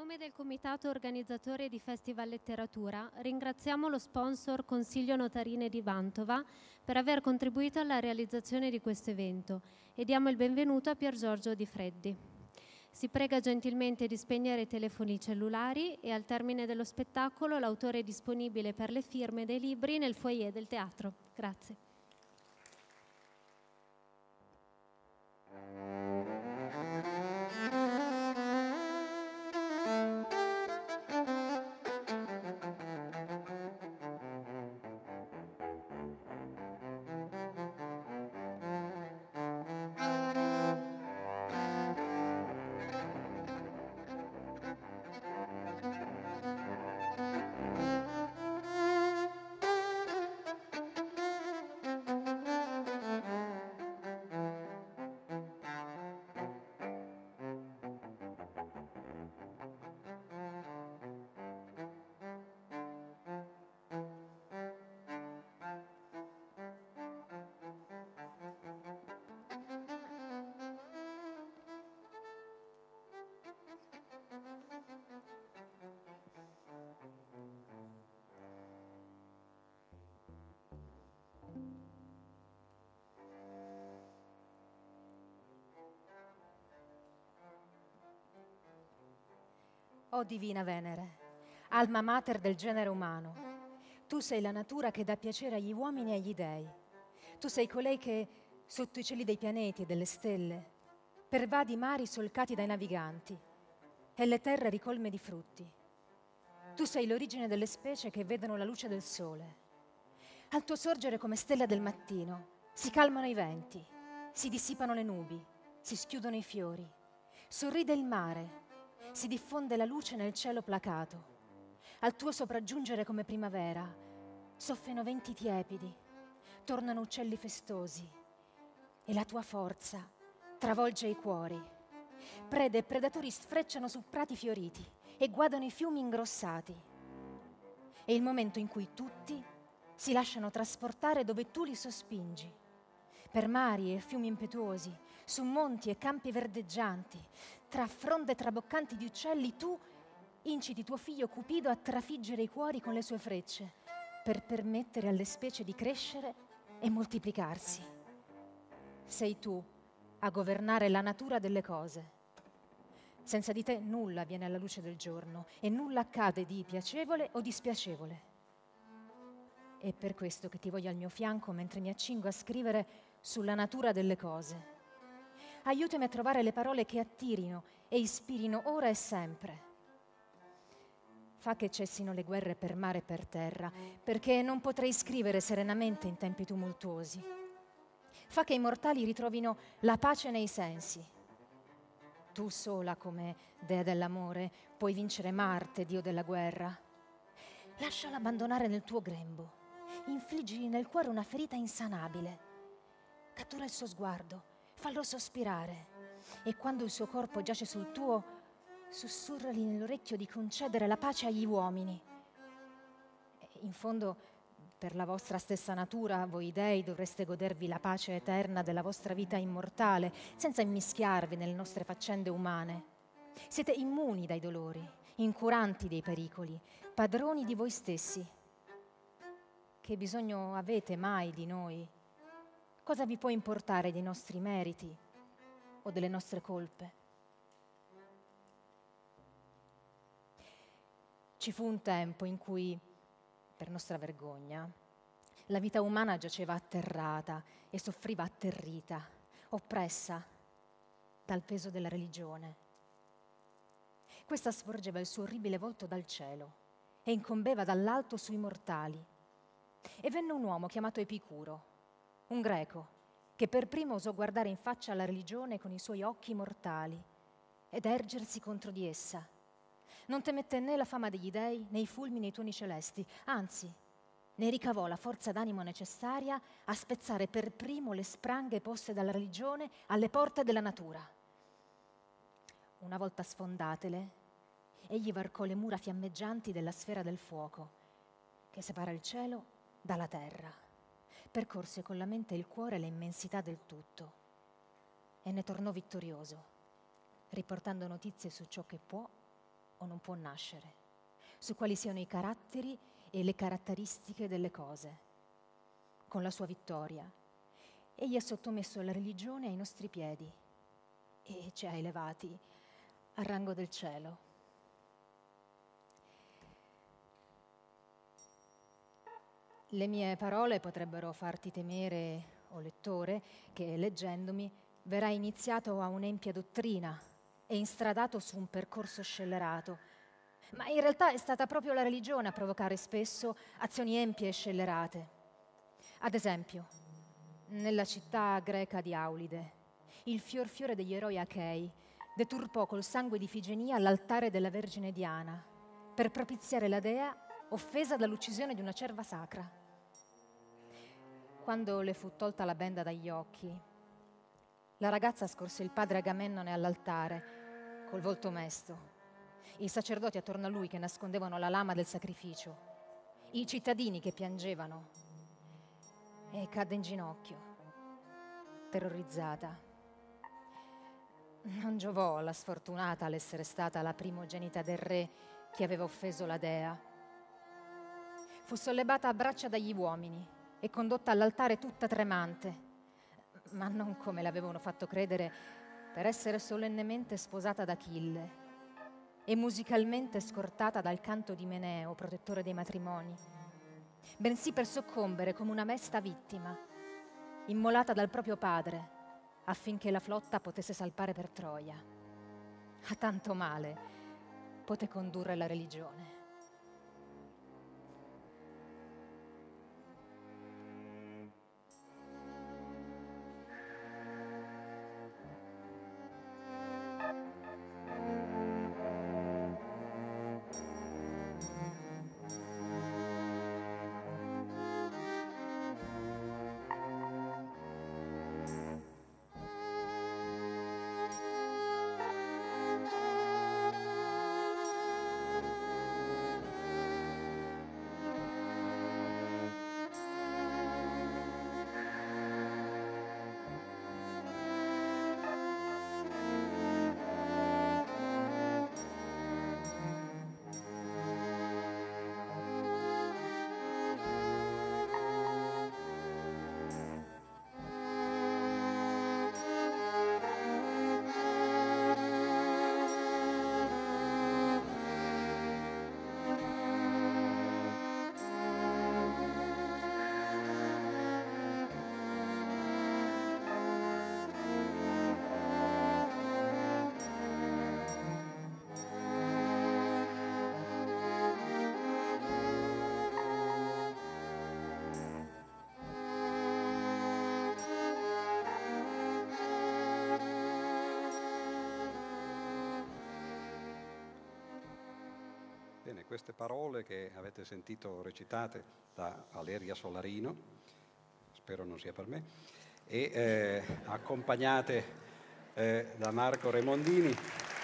nome del comitato organizzatore di Festival Letteratura ringraziamo lo sponsor Consiglio Notarine di Mantova per aver contribuito alla realizzazione di questo evento e diamo il benvenuto a Pier Giorgio Di Freddi. Si prega gentilmente di spegnere i telefoni cellulari e al termine dello spettacolo l'autore è disponibile per le firme dei libri nel foyer del teatro. Grazie. O divina Venere, alma mater del genere umano, tu sei la natura che dà piacere agli uomini e agli dei. Tu sei colei che, sotto i cieli dei pianeti e delle stelle, pervadi i mari solcati dai naviganti e le terre ricolme di frutti. Tu sei l'origine delle specie che vedono la luce del sole. Al tuo sorgere come stella del mattino si calmano i venti, si dissipano le nubi, si schiudono i fiori, sorride il mare, si diffonde la luce nel cielo placato. Al tuo sopraggiungere come primavera soffiano venti tiepidi, tornano uccelli festosi e la tua forza travolge i cuori. Prede e predatori sfrecciano su prati fioriti e guardano i fiumi ingrossati. È il momento in cui tutti si lasciano trasportare dove tu li sospingi, per mari e fiumi impetuosi, su monti e campi verdeggianti, tra fronde traboccanti di uccelli, tu inciti tuo figlio Cupido a trafiggere i cuori con le sue frecce, per permettere alle specie di crescere e moltiplicarsi. Sei tu a governare la natura delle cose. Senza di te nulla viene alla luce del giorno e nulla accade di piacevole o dispiacevole. È per questo che ti voglio al mio fianco mentre mi accingo a scrivere sulla natura delle cose. Aiutami a trovare le parole che attirino e ispirino ora e sempre. Fa che cessino le guerre per mare e per terra, perché non potrei scrivere serenamente in tempi tumultuosi. Fa che i mortali ritrovino la pace nei sensi. Tu sola, come dea dell'amore, puoi vincere Marte, dio della guerra. Lasciala abbandonare nel tuo grembo. Infliggigli nel cuore una ferita insanabile. Cattura il suo sguardo, fallo sospirare e quando il suo corpo giace sul tuo, sussurrali nell'orecchio di concedere la pace agli uomini. In fondo, per la vostra stessa natura, voi dei dovreste godervi la pace eterna della vostra vita immortale, senza immischiarvi nelle nostre faccende umane. Siete immuni dai dolori, incuranti dei pericoli, padroni di voi stessi. Che bisogno avete mai di noi? Cosa vi può importare dei nostri meriti o delle nostre colpe? Ci fu un tempo in cui, per nostra vergogna, la vita umana giaceva atterrata e soffriva atterrita, oppressa dal peso della religione. Questa sforgeva il suo orribile volto dal cielo e incombeva dall'alto sui mortali. E venne un uomo chiamato Epicuro, un greco, che per primo osò guardare in faccia la religione con i suoi occhi mortali ed ergersi contro di essa. Non temette né la fama degli dei né i fulmini nei tuoni celesti, anzi, ne ricavò la forza d'animo necessaria a spezzare per primo le spranghe poste dalla religione alle porte della natura. Una volta sfondatele, egli varcò le mura fiammeggianti della sfera del fuoco, che separa il cielo dalla terra. Percorse con la mente e il cuore le immensità del tutto e ne tornò vittorioso, riportando notizie su ciò che può o non può nascere, su quali siano i caratteri e le caratteristiche delle cose. Con la sua vittoria, egli ha sottomesso la religione ai nostri piedi e ci ha elevati al rango del cielo. Le mie parole potrebbero farti temere, o lettore, che leggendomi verrai iniziato a un'empia dottrina e instradato su un percorso scellerato. Ma in realtà è stata proprio la religione a provocare spesso azioni empie e scellerate. Ad esempio, nella città greca di Aulide, il fiore degli eroi achei deturpò col sangue di Ifigenia l'altare della Vergine Diana per propiziare la dea offesa dall'uccisione di una cerva sacra. Quando le fu tolta la benda dagli occhi, la ragazza scorse il padre Agamennone all'altare col volto mesto, i sacerdoti attorno a lui che nascondevano la lama del sacrificio, i cittadini che piangevano, e cadde in ginocchio, terrorizzata. Non giovò alla sfortunata l'essere stata la primogenita del re che aveva offeso la dea. Fu sollevata a braccia dagli uomini e condotta all'altare tutta tremante, ma non come l'avevano fatto credere, per essere solennemente sposata da Achille e musicalmente scortata dal canto di Meneo, protettore dei matrimoni, bensì per soccombere come una mesta vittima, immolata dal proprio padre, affinché la flotta potesse salpare per Troia. A tanto male poté condurre la religione. Bene, queste parole che avete sentito recitate da Valeria Solarino, spero non sia per me, e accompagnate da Marco Remondini,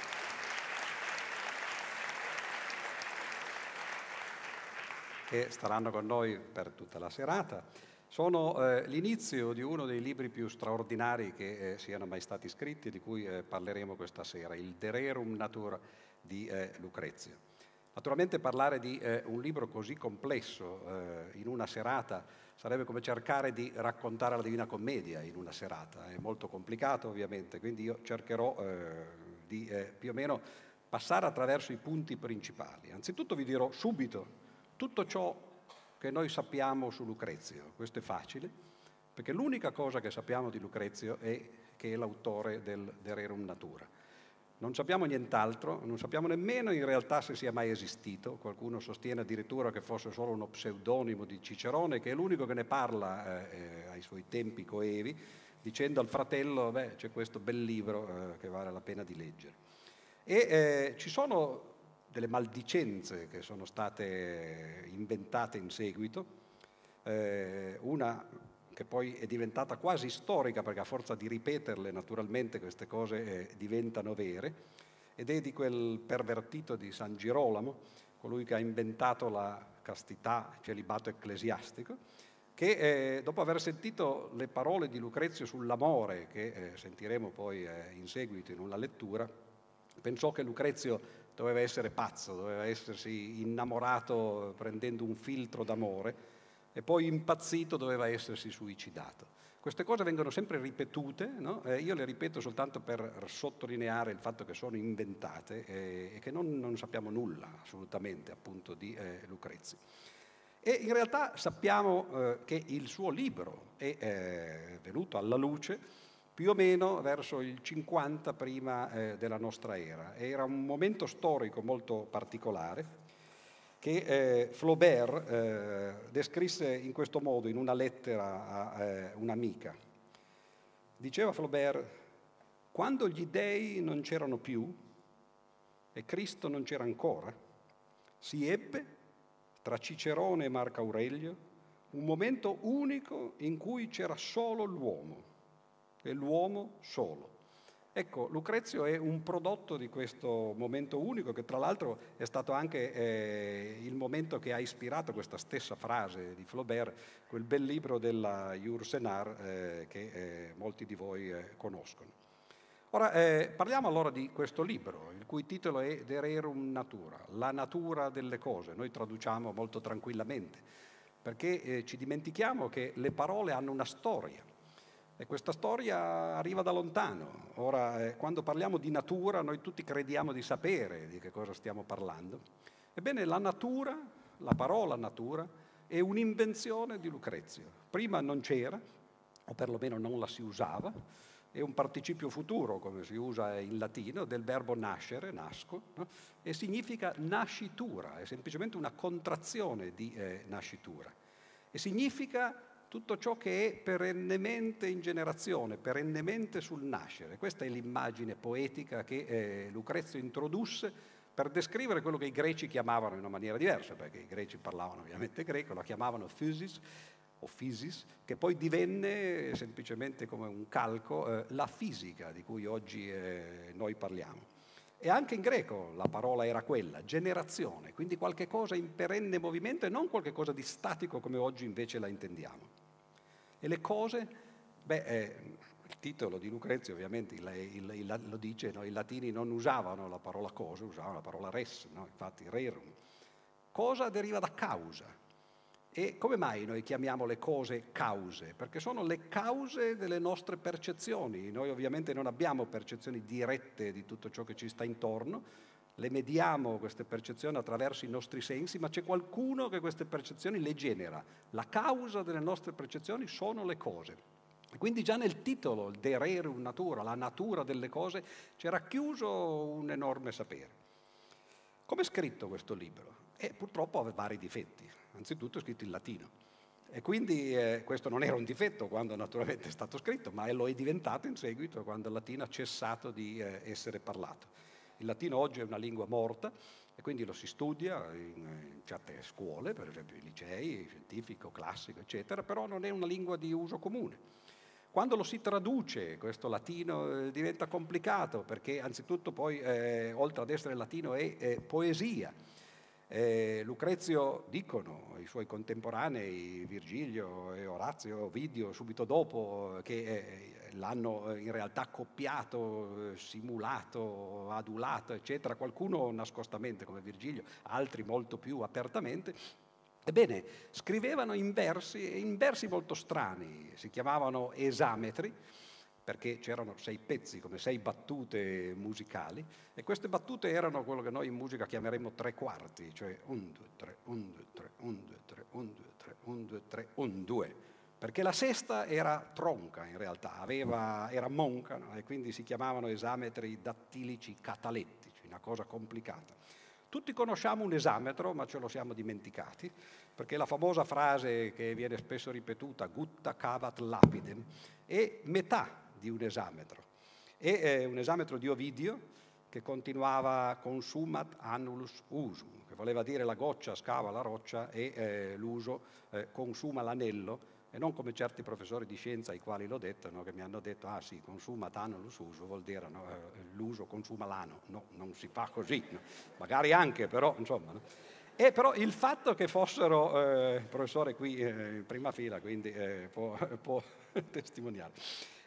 che staranno con noi per tutta la serata, sono l'inizio di uno dei libri più straordinari che siano mai stati scritti, di cui parleremo questa sera, il De Rerum Natura di Lucrezio. Naturalmente parlare di un libro così complesso in una serata sarebbe come cercare di raccontare la Divina Commedia in una serata, è molto complicato ovviamente, quindi io cercherò di più o meno passare attraverso i punti principali. Anzitutto vi dirò subito tutto ciò che noi sappiamo su Lucrezio. Questo è facile, perché l'unica cosa che sappiamo di Lucrezio è che è l'autore del De Rerum Natura. Non sappiamo nient'altro, non sappiamo nemmeno in realtà se sia mai esistito. Qualcuno sostiene addirittura che fosse solo uno pseudonimo di Cicerone, che è l'unico che ne parla ai suoi tempi coevi, dicendo al fratello, c'è questo bel libro che vale la pena di leggere. E ci sono delle maldicenze che sono state inventate in seguito, una che poi è diventata quasi storica, perché a forza di ripeterle naturalmente queste cose diventano vere, ed è di quel pervertito di San Girolamo, colui che ha inventato la castità, il celibato ecclesiastico, che dopo aver sentito le parole di Lucrezio sull'amore, che sentiremo poi in seguito in una lettura, pensò che Lucrezio doveva essere pazzo, doveva essersi innamorato prendendo un filtro d'amore e poi impazzito doveva essersi suicidato. Queste cose vengono sempre ripetute, no? Io le ripeto soltanto per sottolineare il fatto che sono inventate e che non sappiamo nulla assolutamente appunto di Lucrezio. E in realtà sappiamo che il suo libro è venuto alla luce più o meno verso il 50 prima della nostra era. Era un momento storico molto particolare che Flaubert descrisse in questo modo in una lettera a un'amica. Diceva Flaubert: quando gli dei non c'erano più e Cristo non c'era ancora, si ebbe tra Cicerone e Marco Aurelio un momento unico in cui c'era solo l'uomo e l'uomo solo. Ecco, Lucrezio è un prodotto di questo momento unico, che tra l'altro è stato anche il momento che ha ispirato questa stessa frase di Flaubert, quel bel libro della Yourcenar che molti di voi conoscono. Ora, parliamo allora di questo libro, il cui titolo è De Rerum Natura, la natura delle cose. Noi traduciamo molto tranquillamente, perché ci dimentichiamo che le parole hanno una storia. E questa storia arriva da lontano. Ora, quando parliamo di natura, noi tutti crediamo di sapere di che cosa stiamo parlando. Ebbene, la natura, la parola natura, è un'invenzione di Lucrezio. Prima non c'era, o perlomeno non la si usava, è un participio futuro, come si usa in latino, del verbo nascere, nasco, no? E significa nascitura, è semplicemente una contrazione di nascitura. E significa tutto ciò che è perennemente in generazione, perennemente sul nascere. Questa è l'immagine poetica che Lucrezio introdusse per descrivere quello che i greci chiamavano in una maniera diversa, perché i greci parlavano ovviamente greco, lo chiamavano physis o physis, che poi divenne semplicemente come un calco la fisica di cui oggi noi parliamo. E anche in greco la parola era quella, generazione, quindi qualche cosa in perenne movimento e non qualche cosa di statico come oggi invece la intendiamo. E le cose, il titolo di Lucrezio ovviamente lo dice, no? I latini non usavano la parola cosa, usavano la parola res, no? Infatti rerum. Cosa deriva da causa. E come mai noi chiamiamo le cose cause? Perché sono le cause delle nostre percezioni. Noi ovviamente non abbiamo percezioni dirette di tutto ciò che ci sta intorno, le mediamo queste percezioni attraverso i nostri sensi, ma c'è qualcuno che queste percezioni le genera. La causa delle nostre percezioni sono le cose. Quindi già nel titolo, De Rerum Natura, la natura delle cose, c'è racchiuso un enorme sapere. Come è scritto questo libro? Purtroppo ha vari difetti. Anzitutto è scritto in latino. E quindi questo non era un difetto quando naturalmente è stato scritto, ma lo è diventato in seguito quando il latino ha cessato di essere parlato. Il latino oggi è una lingua morta e quindi lo si studia in certe scuole, per esempio i licei, scientifico, classico, eccetera, però non è una lingua di uso comune. Quando lo si traduce, questo latino diventa complicato perché anzitutto poi, oltre ad essere latino, è poesia. Lucrezio, dicono i suoi contemporanei, Virgilio e Orazio, Ovidio, subito dopo, che l'hanno in realtà copiato, simulato, adulato, eccetera, qualcuno nascostamente come Virgilio, altri molto più apertamente. Ebbene, scrivevano in versi molto strani, si chiamavano esametri, perché c'erano 6 pezzi, come 6 battute musicali, e queste battute erano quello che noi in musica chiameremmo 3 quarti, cioè 1, 2, 3, 1, 2, 3, 1, 2, 3, 1, 2, 3, 1, 2, 3, 1, 2, perché la sesta era tronca in realtà, era monca, no? E quindi si chiamavano esametri dattilici catalettici, una cosa complicata. Tutti conosciamo un esametro, ma ce lo siamo dimenticati, perché la famosa frase che viene spesso ripetuta, gutta cavat lapidem, è metà di un esametro. È un esametro di Ovidio che continuava consumat annulus usum, che voleva dire la goccia scava la roccia e l'uso consuma l'anello, e non come certi professori di scienza ai quali l'ho detto, no, che mi hanno detto, ah sì, consumat annulus usum, vuol dire no, l'uso consuma l'ano. No, non si fa così, no? Magari anche, però insomma. No? E però il fatto che fossero, il professore qui in prima fila, quindi può testimoniare.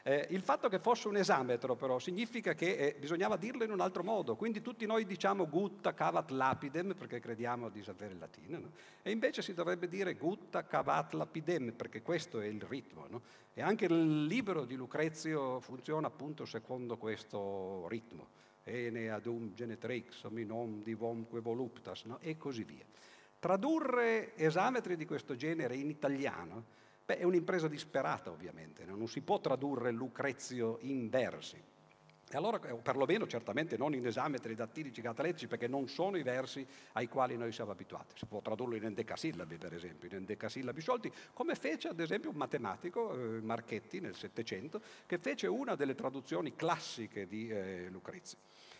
Il fatto che fosse un esametro però significa che bisognava dirlo in un altro modo, quindi tutti noi diciamo gutta cavat lapidem perché crediamo di sapere il latino, no? E invece si dovrebbe dire gutta cavat lapidem perché questo è il ritmo, no? E anche il libro di Lucrezio funziona appunto secondo questo ritmo, ene adum genetrix hominum divomque voluptas, no? E così via. Tradurre esametri di questo genere in italiano è un'impresa disperata ovviamente, non si può tradurre Lucrezio in versi. E allora, perlomeno certamente non in esametri dattilici cataletici, perché non sono i versi ai quali noi siamo abituati. Si può tradurlo in endecasillabi, per esempio, in endecasillabi sciolti, come fece ad esempio un matematico, Marchetti, nel Settecento, che fece una delle traduzioni classiche di Lucrezio.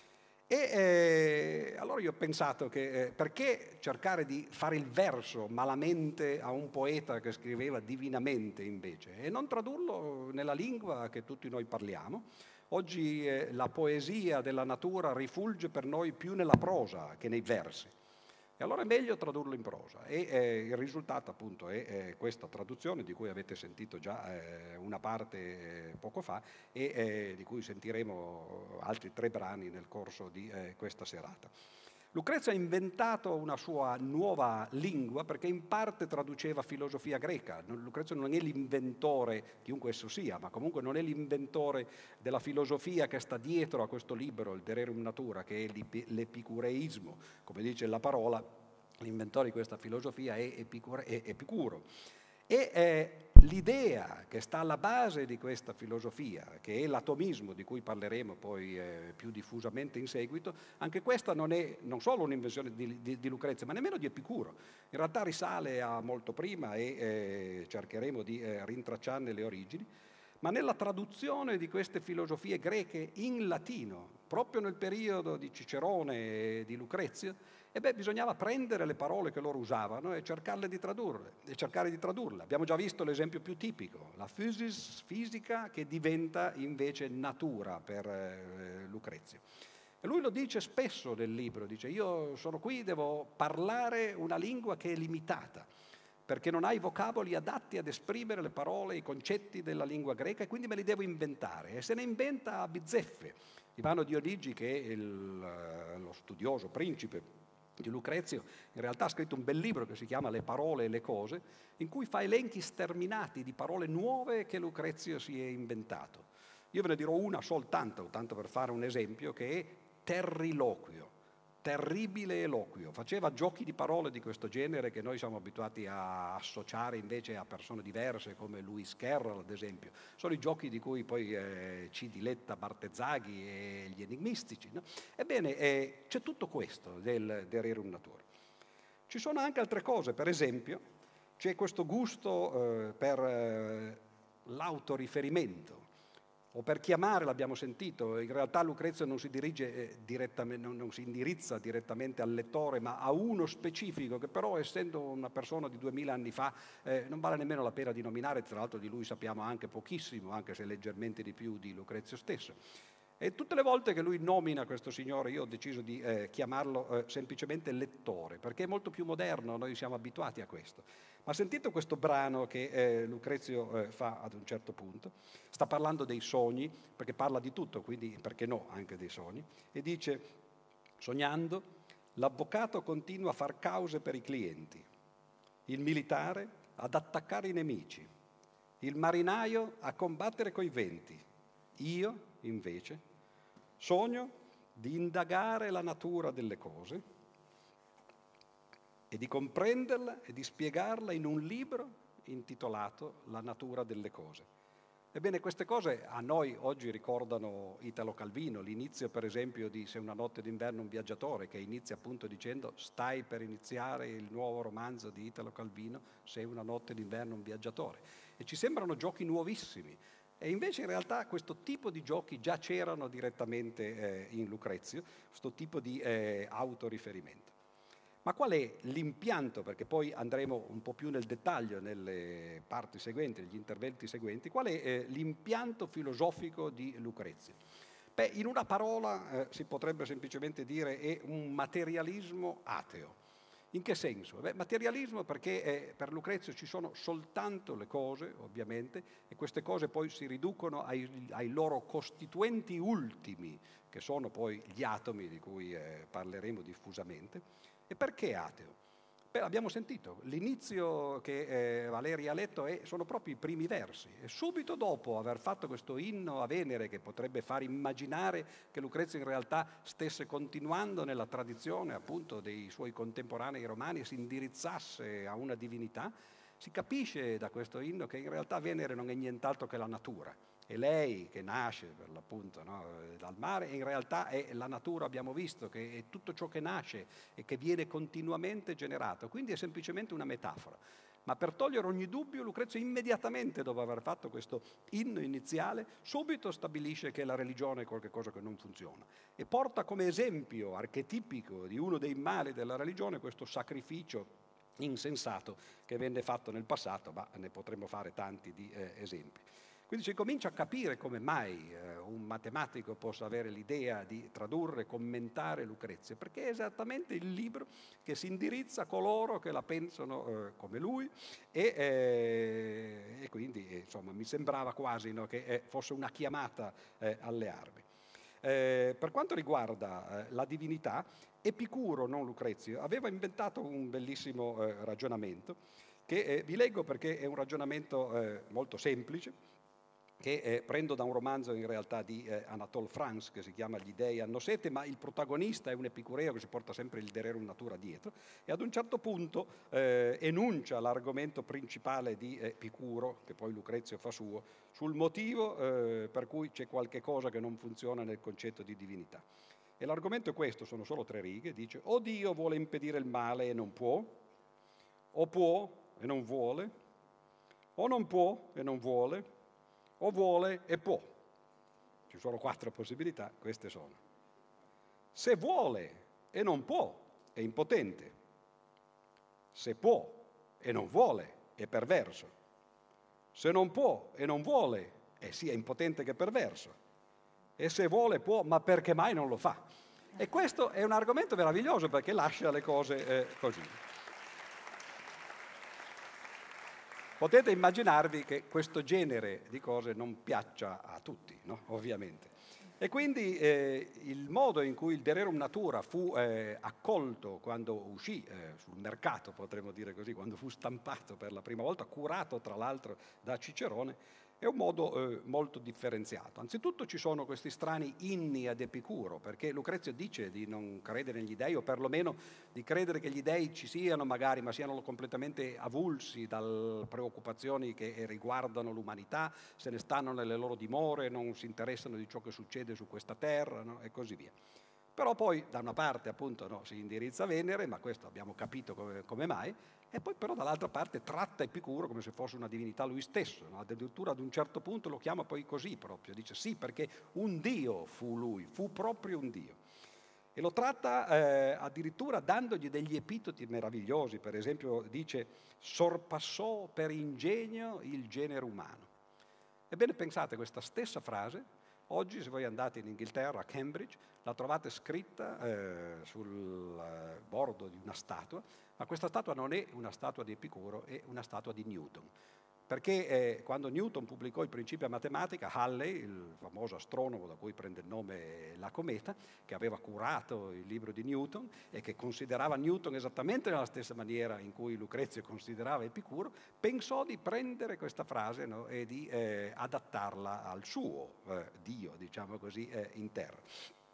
E allora io ho pensato che perché cercare di fare il verso malamente a un poeta che scriveva divinamente invece e non tradurlo nella lingua che tutti noi parliamo. Oggi la poesia della natura rifulge per noi più nella prosa che nei versi. E allora è meglio tradurlo in prosa e il risultato appunto è questa traduzione di cui avete sentito già una parte poco fa e di cui sentiremo altri 3 brani nel corso di questa serata. Lucrezio ha inventato una sua nuova lingua perché in parte traduceva filosofia greca. Lucrezio non è l'inventore, chiunque esso sia, ma comunque non è l'inventore della filosofia che sta dietro a questo libro, il De Rerum Natura, che è l'epicureismo, come dice la parola, l'inventore di questa filosofia è Epicuro. E l'idea che sta alla base di questa filosofia, che è l'atomismo di cui parleremo poi più diffusamente in seguito, anche questa non è non solo un'invenzione di Lucrezio, ma nemmeno di Epicuro. In realtà risale a molto prima e cercheremo di rintracciarne le origini, ma nella traduzione di queste filosofie greche in latino, proprio nel periodo di Cicerone e di Lucrezio, bisognava prendere le parole che loro usavano e cercare di tradurle. Abbiamo già visto l'esempio più tipico, la physis, fisica, che diventa invece natura per Lucrezio. E lui lo dice spesso nel libro, dice io sono qui, devo parlare una lingua che è limitata, perché non ha i vocaboli adatti ad esprimere le parole, i concetti della lingua greca e quindi me li devo inventare. E se ne inventa a bizzeffe. Ivano Dionigi, che è lo studioso principe di Lucrezio, in realtà ha scritto un bel libro che si chiama Le parole e le cose, in cui fa elenchi sterminati di parole nuove che Lucrezio si è inventato. Io ve ne dirò una soltanto, tanto per fare un esempio, che è terriloquio, terribile eloquio. Faceva giochi di parole di questo genere che noi siamo abituati a associare invece a persone diverse come Lewis Carroll ad esempio. Sono i giochi di cui poi ci diletta Bartezzaghi e gli enigmistici, no? Ebbene, c'è tutto questo del De Rerum Natura. Ci sono anche altre cose, per esempio c'è questo gusto per l'autoriferimento, o per chiamare, l'abbiamo sentito, in realtà Lucrezio non si dirige direttamente, non si indirizza direttamente al lettore, ma a uno specifico che però, essendo una persona di 2000 anni fa, non vale nemmeno la pena di nominare, tra l'altro di lui sappiamo anche pochissimo, anche se leggermente di più di Lucrezio stesso. E tutte le volte che lui nomina questo signore io ho deciso di chiamarlo semplicemente lettore, perché è molto più moderno, noi siamo abituati a questo. Ma sentite questo brano che Lucrezio fa ad un certo punto, sta parlando dei sogni, perché parla di tutto, quindi perché no anche dei sogni, e dice, sognando, l'avvocato continua a far cause per i clienti, il militare ad attaccare i nemici, il marinaio a combattere coi venti, io invece sogno di indagare la natura delle cose e di comprenderla e di spiegarla in un libro intitolato La natura delle cose. Ebbene, queste cose a noi oggi ricordano Italo Calvino, l'inizio per esempio di Se una notte d'inverno un viaggiatore, che inizia appunto dicendo stai per iniziare il nuovo romanzo di Italo Calvino, Se una notte d'inverno un viaggiatore. E ci sembrano giochi nuovissimi. E invece in realtà questo tipo di giochi già c'erano direttamente in Lucrezio, questo tipo di autoriferimento. Ma qual è l'impianto, perché poi andremo un po' più nel dettaglio nelle parti seguenti, negli interventi seguenti, qual è l'impianto filosofico di Lucrezio? Beh, in una parola si potrebbe semplicemente dire è un materialismo ateo. In che senso? Beh, materialismo perché per Lucrezio ci sono soltanto le cose, ovviamente, e queste cose poi si riducono ai loro costituenti ultimi, che sono poi gli atomi, di cui parleremo diffusamente. E perché ateo? Beh, abbiamo sentito, l'inizio che Valeri ha letto sono proprio i primi versi, e subito dopo aver fatto questo inno a Venere, che potrebbe far immaginare che Lucrezio in realtà stesse continuando nella tradizione appunto dei suoi contemporanei romani e si indirizzasse a una divinità, si capisce da questo inno che in realtà Venere non è nient'altro che la natura. È lei che nasce per l'appunto, no, dal mare, e in realtà è la natura, abbiamo visto, che è tutto ciò che nasce e che viene continuamente generato, quindi è semplicemente una metafora. Ma per togliere ogni dubbio, Lucrezio immediatamente dopo aver fatto questo inno iniziale, subito stabilisce che la religione è qualcosa che non funziona e porta come esempio archetipico di uno dei mali della religione questo sacrificio insensato che venne fatto nel passato, ma ne potremmo fare tanti di esempi. Quindi si comincia a capire come mai un matematico possa avere l'idea di tradurre, commentare Lucrezia, perché è esattamente il libro che si indirizza a coloro che la pensano come lui e quindi insomma mi sembrava quasi, no, che fosse una chiamata alle armi. Per quanto riguarda la divinità, Epicuro, non Lucrezio, aveva inventato un bellissimo ragionamento che vi leggo perché è un ragionamento molto semplice, che prendo da un romanzo in realtà di Anatole France che si chiama Gli dei hanno sete, ma il protagonista è un epicureo che si porta sempre il Dererum Natura dietro, e ad un certo punto enuncia l'argomento principale di Epicuro, che poi Lucrezio fa suo, sul motivo per cui c'è qualche cosa che non funziona nel concetto di divinità. E l'argomento è questo, sono solo 3 righe, dice: o Dio vuole impedire il male e non può, o può e non vuole, o non può e non vuole, o vuole e può. Ci sono 4 possibilità, queste sono. Se vuole e non può, è impotente. Se può e non vuole, è perverso. Se non può e non vuole, è sia impotente che perverso. E se vuole può, ma perché mai non lo fa? E questo è un argomento meraviglioso perché lascia le cose così. Potete immaginarvi che questo genere di cose non piaccia a tutti, no? Ovviamente. E quindi il modo in cui il Dererum Natura fu accolto quando uscì sul mercato, potremmo dire così, quando fu stampato per la prima volta, curato tra l'altro da Cicerone, è un modo molto differenziato. Anzitutto ci sono questi strani inni ad Epicuro, perché Lucrezio dice di non credere negli dei, o perlomeno di credere che gli dei ci siano magari, ma siano completamente avulsi dalle preoccupazioni che riguardano l'umanità, se ne stanno nelle loro dimore, non si interessano di ciò che succede su questa terra, no? E così via. Però poi da una parte appunto no, si indirizza a Venere, ma questo abbiamo capito come mai, e poi però dall'altra parte tratta Epicuro come se fosse una divinità lui stesso, no? Addirittura ad un certo punto lo chiama poi così proprio, dice sì perché un dio fu lui, fu proprio un dio. E lo tratta addirittura dandogli degli epiteti meravigliosi, per esempio dice sorpassò per ingegno il genere umano. Ebbene pensate, questa stessa frase, oggi se voi andate in Inghilterra, a Cambridge, la trovate scritta sul bordo di una statua, ma questa statua non è una statua di Epicuro, è una statua di Newton. Perché quando Newton pubblicò il Principia Matematica, Halley, il famoso astronomo da cui prende il nome la cometa, che aveva curato il libro di Newton e che considerava Newton esattamente nella stessa maniera in cui Lucrezio considerava Epicuro, pensò di prendere questa frase, no, e di adattarla al suo Dio, diciamo così, in terra.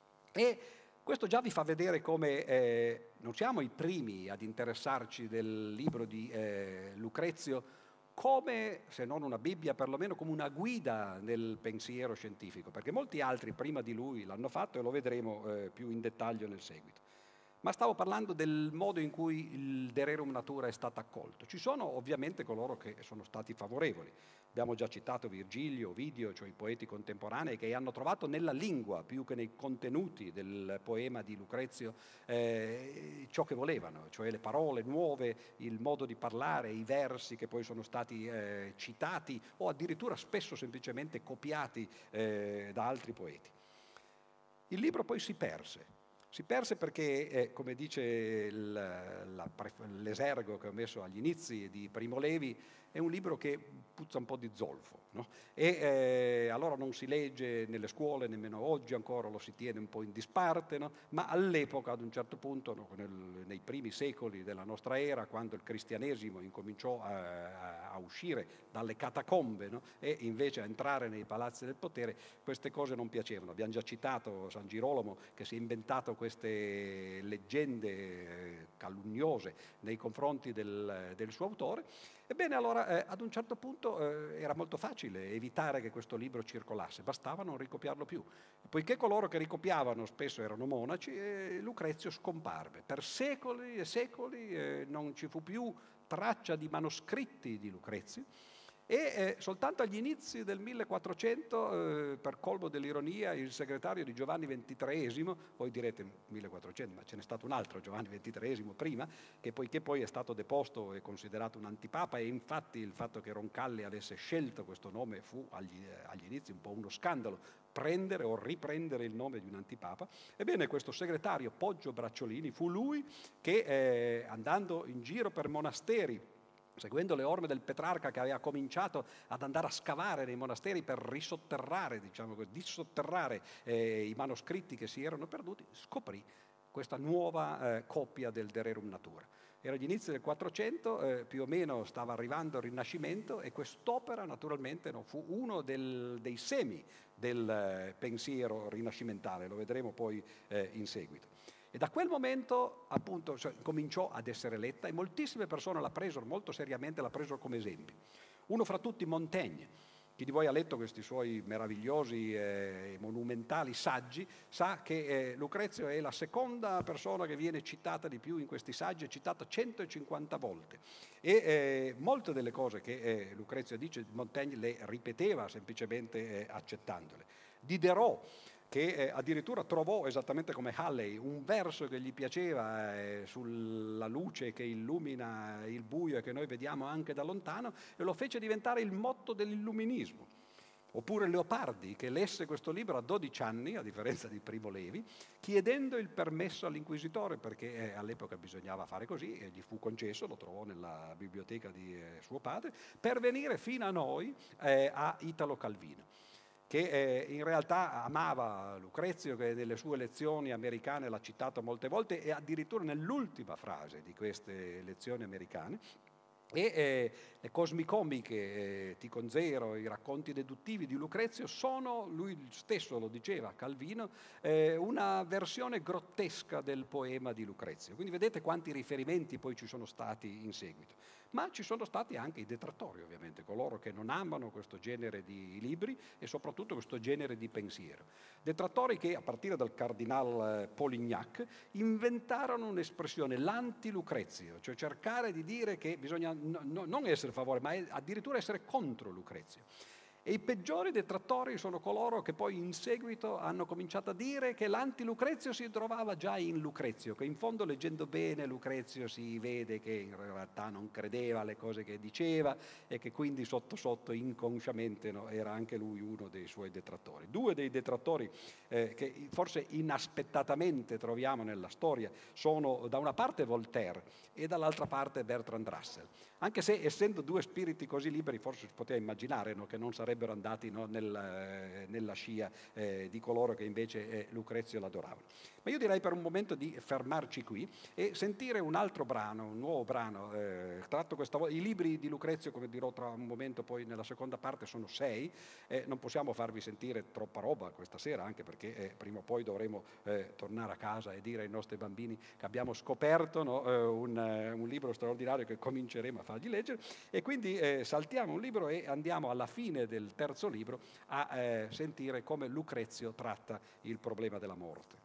E questo già vi fa vedere come non siamo i primi ad interessarci del libro di Lucrezio come, se non una Bibbia, perlomeno come una guida nel pensiero scientifico, perché molti altri prima di lui l'hanno fatto e lo vedremo più in dettaglio nel seguito. Ma stavo parlando del modo in cui il Dererum Natura è stato accolto. Ci sono ovviamente coloro che sono stati favorevoli. Abbiamo già citato Virgilio, Ovidio, cioè i poeti contemporanei che hanno trovato nella lingua, più che nei contenuti del poema di Lucrezio, ciò che volevano, cioè le parole nuove, il modo di parlare, i versi che poi sono stati citati o addirittura spesso semplicemente copiati da altri poeti. Il libro poi si perse. Si perse perché, come dice l'esergo che ho messo agli inizi di Primo Levi, è un libro che puzza un po' di zolfo, no? E allora non si legge nelle scuole, nemmeno oggi ancora lo si tiene un po' in disparte, no? Ma all'epoca, ad un certo punto, no, nei primi secoli della nostra era, quando il cristianesimo incominciò a uscire dalle catacombe, no? E invece a entrare nei palazzi del potere, queste cose non piacevano. Abbiamo già citato San Girolamo, che si è inventato queste leggende calunniose nei confronti del suo autore. Ebbene, allora ad un certo punto era molto facile evitare che questo libro circolasse, bastava non ricopiarlo più. Poiché coloro che ricopiavano spesso erano monaci, Lucrezio scomparve. Per secoli e secoli non ci fu più traccia di manoscritti di Lucrezio. E soltanto agli inizi del 1400, per colmo dell'ironia, il segretario di Giovanni XXIII, voi direte 1400, ma ce n'è stato un altro Giovanni XXIII prima, che poiché poi è stato deposto e considerato un antipapa, e infatti il fatto che Roncalli avesse scelto questo nome fu agli inizi un po' uno scandalo, prendere o riprendere il nome di un antipapa. Ebbene, questo segretario Poggio Bracciolini fu lui che andando in giro per monasteri, seguendo le orme del Petrarca, che aveva cominciato ad andare a scavare nei monasteri per risotterrare, diciamo così, dissotterrare i manoscritti che si erano perduti, scoprì questa nuova copia del De Rerum Natura. Era gli inizi del 400, più o meno stava arrivando il Rinascimento, e quest'opera naturalmente fu uno dei semi del pensiero rinascimentale, lo vedremo poi in seguito. E da quel momento appunto cominciò ad essere letta, e moltissime persone la presero molto seriamente, la presero come esempio. Uno fra tutti Montaigne. Chi di voi ha letto questi suoi meravigliosi e monumentali saggi sa che Lucrezio è la seconda persona che viene citata di più in questi saggi, è citata 150 volte. E molte delle cose che Lucrezio dice, Montaigne le ripeteva semplicemente accettandole. Diderot, che addirittura trovò, esattamente come Halley, un verso che gli piaceva sulla luce che illumina il buio e che noi vediamo anche da lontano, e lo fece diventare il motto dell'illuminismo. Oppure Leopardi, che lesse questo libro a 12 anni, a differenza di Primo Levi, chiedendo il permesso all'inquisitore, perché all'epoca bisognava fare così, e gli fu concesso, lo trovò nella biblioteca di suo padre, per venire fino a noi a Italo Calvino, che in realtà amava Lucrezio, che nelle sue lezioni americane l'ha citato molte volte, e addirittura nell'ultima frase di queste lezioni americane. E le cosmicomiche, Ticon Zero, i racconti deduttivi di Lucrezio sono, lui stesso lo diceva, Calvino, una versione grottesca del poema di Lucrezio. Quindi vedete quanti riferimenti poi ci sono stati in seguito. Ma ci sono stati anche i detrattori, ovviamente, coloro che non amano questo genere di libri e soprattutto questo genere di pensiero. Detrattori che, a partire dal cardinal Polignac, inventarono un'espressione, l'anti-Lucrezio, cioè cercare di dire che bisogna non essere a favore, ma addirittura essere contro Lucrezio. E i peggiori detrattori sono coloro che poi in seguito hanno cominciato a dire che l'anti-Lucrezio si trovava già in Lucrezio, che in fondo, leggendo bene Lucrezio, si vede che in realtà non credeva alle cose che diceva, e che quindi sotto sotto inconsciamente era anche lui uno dei suoi detrattori. Due dei detrattori che forse inaspettatamente troviamo nella storia sono da una parte Voltaire e dall'altra parte Bertrand Russell, anche se, essendo due spiriti così liberi, forse si poteva immaginare, no, che non sarebbero andati, no, nella scia di coloro che invece Lucrezio l'adoravano. Ma io direi per un momento di fermarci qui e sentire un altro brano, un nuovo brano, tratto questa volta. I libri di Lucrezio, come dirò tra un momento poi nella seconda parte, sono 6, non possiamo farvi sentire troppa roba questa sera, anche perché prima o poi dovremo tornare a casa e dire ai nostri bambini che abbiamo scoperto, no, un libro straordinario che cominceremo a fargli leggere, e quindi saltiamo un libro e andiamo alla fine del terzo libro a sentire come Lucrezio tratta il problema della morte.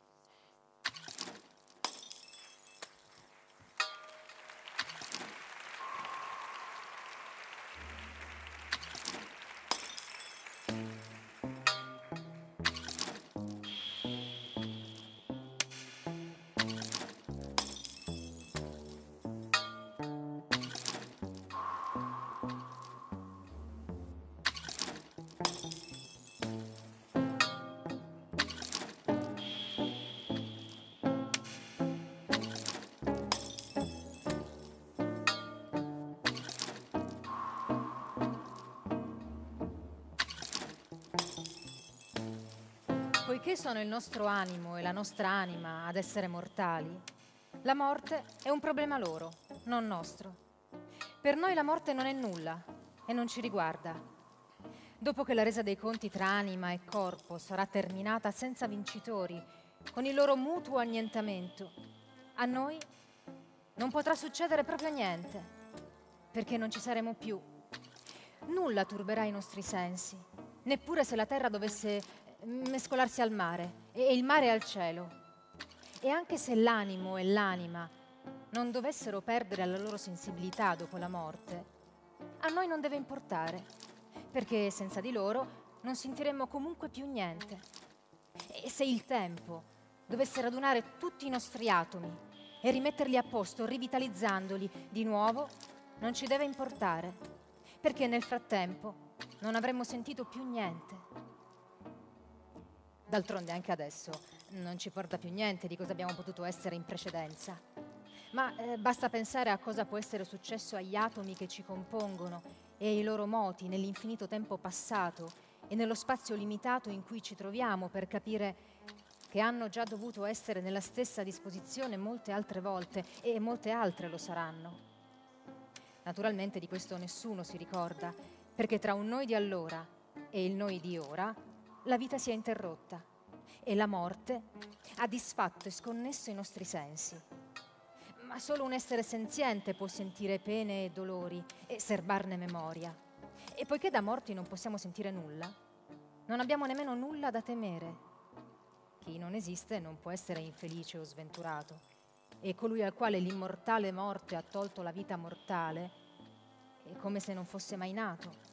poiché sono il nostro animo e la nostra anima ad essere mortali, la morte è un problema loro, non nostro. Per noi la morte non è nulla e non ci riguarda. Dopo che la resa dei conti tra anima e corpo sarà terminata senza vincitori, con il loro mutuo annientamento, a noi non potrà succedere proprio niente, perché non ci saremo più. Nulla turberà i nostri sensi, neppure se la terra dovesse mescolarsi al mare e il mare al cielo. E anche se l'animo e l'anima non dovessero perdere la loro sensibilità dopo la morte, a noi non deve importare, perché senza di loro non sentiremmo comunque più niente. E se il tempo dovesse radunare tutti i nostri atomi e rimetterli a posto, rivitalizzandoli di nuovo, non ci deve importare, perché nel frattempo non avremmo sentito più niente. D'altronde anche adesso non ci porta più niente di cosa abbiamo potuto essere in precedenza. Ma basta pensare a cosa può essere successo agli atomi che ci compongono e ai loro moti nell'infinito tempo passato e nello spazio limitato in cui ci troviamo per capire che hanno già dovuto essere nella stessa disposizione molte altre volte e molte altre lo saranno. Naturalmente di questo nessuno si ricorda, perché tra un noi di allora e il noi di ora la vita si è interrotta e la morte ha disfatto e sconnesso i nostri sensi. Ma solo un essere senziente può sentire pene e dolori e serbarne memoria. E poiché da morti non possiamo sentire nulla, non abbiamo nemmeno nulla da temere. Chi non esiste non può essere infelice o sventurato. E colui al quale l'immortale morte ha tolto la vita mortale è come se non fosse mai nato.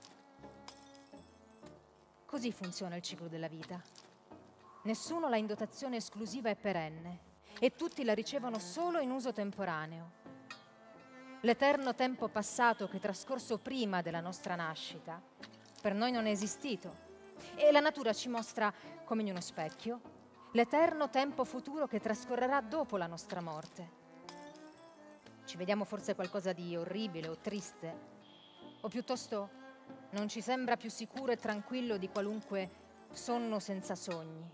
Così funziona il ciclo della vita. Nessuno l'ha in dotazione esclusiva e perenne, e tutti la ricevono solo in uso temporaneo. L'eterno tempo passato che è trascorso prima della nostra nascita, per noi non è esistito, e la natura ci mostra, come in uno specchio, l'eterno tempo futuro che trascorrerà dopo la nostra morte. Ci vediamo forse qualcosa di orribile o triste, o piuttosto non ci sembra più sicuro e tranquillo di qualunque sonno senza sogni.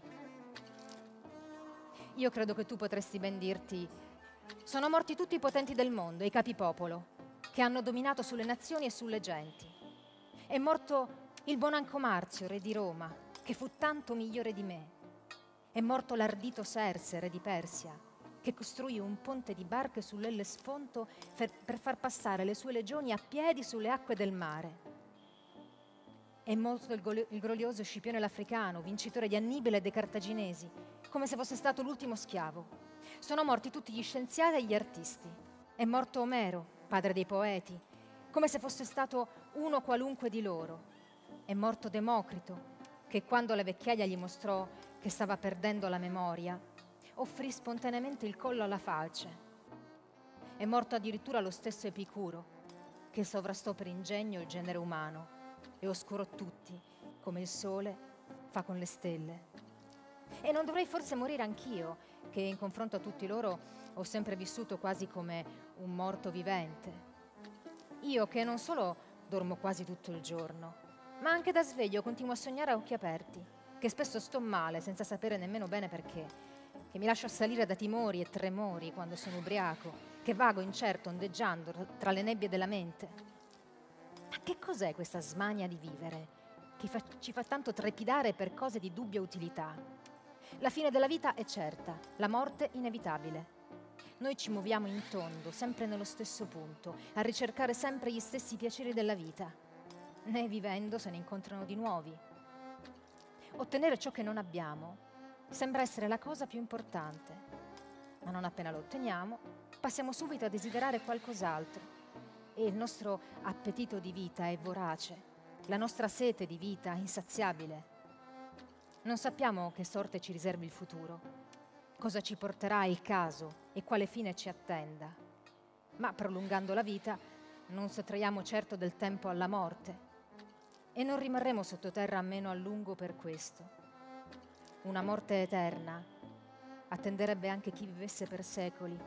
Io credo che tu potresti ben dirti: sono morti tutti i potenti del mondo e i capipopolo che hanno dominato sulle nazioni e sulle genti. È morto il buon Anco Marzio, re di Roma, che fu tanto migliore di me. È morto l'ardito Serse, re di Persia, che costruì un ponte di barche sull'Ellesponto per far passare le sue legioni a piedi sulle acque del mare. È morto il glorioso Scipione l'Africano, vincitore di Annibale e dei Cartaginesi, come se fosse stato l'ultimo schiavo. Sono morti tutti gli scienziati e gli artisti. È morto Omero, padre dei poeti, come se fosse stato uno qualunque di loro. È morto Democrito, che quando la vecchiaia gli mostrò che stava perdendo la memoria, offrì spontaneamente il collo alla falce. È morto addirittura lo stesso Epicuro, che sovrastò per ingegno il genere umano e oscurò tutti, come il sole fa con le stelle. E non dovrei forse morire anch'io, che in confronto a tutti loro ho sempre vissuto quasi come un morto vivente. Io che non solo dormo quasi tutto il giorno, ma anche da sveglio continuo a sognare a occhi aperti, che spesso sto male senza sapere nemmeno bene perché, che mi lascio assalire da timori e tremori quando sono ubriaco, che vago incerto ondeggiando tra le nebbie della mente. Ma che cos'è questa smania di vivere che ci fa tanto trepidare per cose di dubbia utilità? La fine della vita è certa, la morte inevitabile. Noi ci muoviamo in tondo, sempre nello stesso punto, a ricercare sempre gli stessi piaceri della vita. Né vivendo se ne incontrano di nuovi. Ottenere ciò che non abbiamo sembra essere la cosa più importante, ma non appena lo otteniamo, passiamo subito a desiderare qualcos'altro. E il nostro appetito di vita è vorace, la nostra sete di vita insaziabile. Non sappiamo che sorte ci riservi il futuro, cosa ci porterà il caso e quale fine ci attenda. Ma prolungando la vita non sottraiamo certo del tempo alla morte e non rimarremo sottoterra meno a lungo per questo. Una morte eterna attenderebbe anche chi vivesse per secoli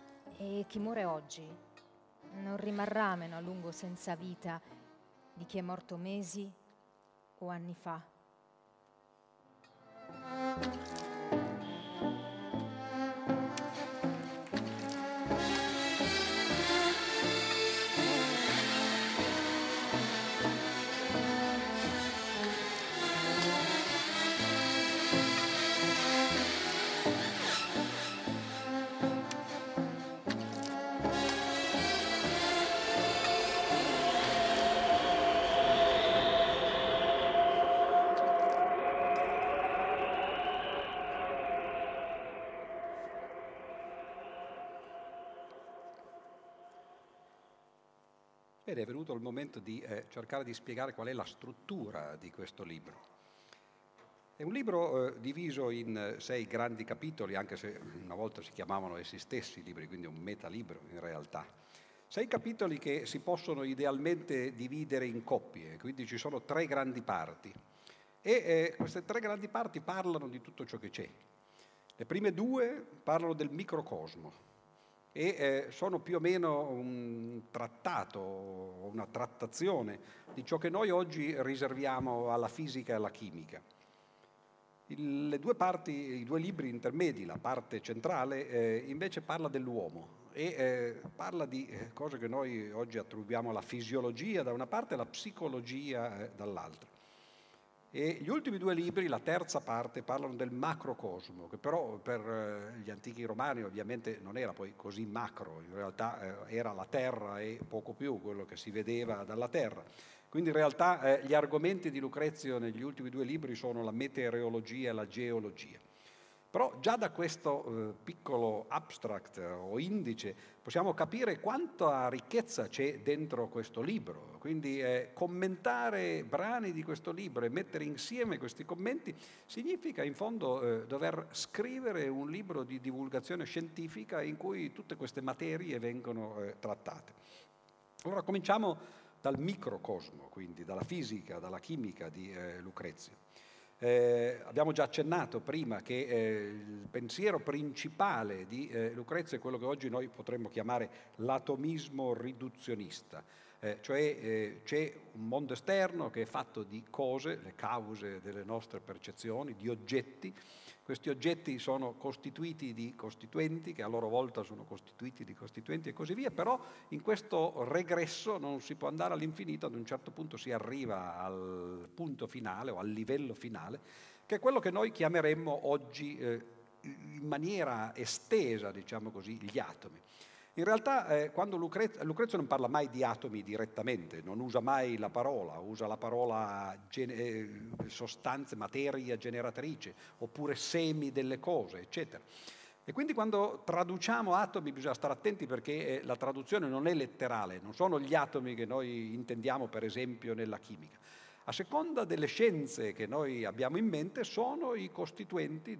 e chi muore oggi non rimarrà meno a lungo senza vita di chi è morto mesi o anni fa. Ed è venuto il momento di cercare di spiegare qual è la struttura di questo libro. È un libro diviso in 6 grandi capitoli, anche se una volta si chiamavano essi stessi libri, quindi un metalibro in realtà. 6 capitoli che si possono idealmente dividere in coppie, quindi ci sono 3 grandi parti. E queste 3 grandi parti parlano di tutto ciò che c'è. Le prime 2 parlano del microcosmo, e sono più o meno un trattato, una trattazione di ciò che noi oggi riserviamo alla fisica e alla chimica. Le 2 parti, i 2 libri intermedi, la parte centrale, invece parla dell'uomo e parla di cose che noi oggi attribuiamo alla fisiologia da una parte e alla psicologia dall'altra. E gli ultimi 2 libri, la terza parte, parlano del macrocosmo, che però per gli antichi romani ovviamente non era poi così macro, in realtà era la terra e poco più quello che si vedeva dalla terra. Quindi in realtà gli argomenti di Lucrezio negli ultimi 2 libri sono la meteorologia e la geologia. Però già da questo piccolo abstract o indice possiamo capire quanta ricchezza c'è dentro questo libro. Quindi commentare brani di questo libro e mettere insieme questi commenti significa in fondo dover scrivere un libro di divulgazione scientifica in cui tutte queste materie vengono trattate. Allora cominciamo dal microcosmo, quindi dalla fisica, dalla chimica di Lucrezio. Abbiamo già accennato prima che il pensiero principale di Lucrezio è quello che oggi noi potremmo chiamare l'atomismo riduzionista, cioè c'è un mondo esterno che è fatto di cose, le cause delle nostre percezioni, di oggetti. Questi oggetti sono costituiti di costituenti, che a loro volta sono costituiti di costituenti e così via, però in questo regresso non si può andare all'infinito, ad un certo punto si arriva al punto finale o al livello finale, che è quello che noi chiameremmo oggi in maniera estesa, diciamo così, gli atomi. In realtà quando Lucrezio non parla mai di atomi direttamente, non usa mai la parola, usa la parola sostanze, materia generatrice, oppure semi delle cose, eccetera. E quindi quando traduciamo atomi bisogna stare attenti perché la traduzione non è letterale, non sono gli atomi che noi intendiamo per esempio nella chimica. A seconda delle scienze che noi abbiamo in mente sono i costituenti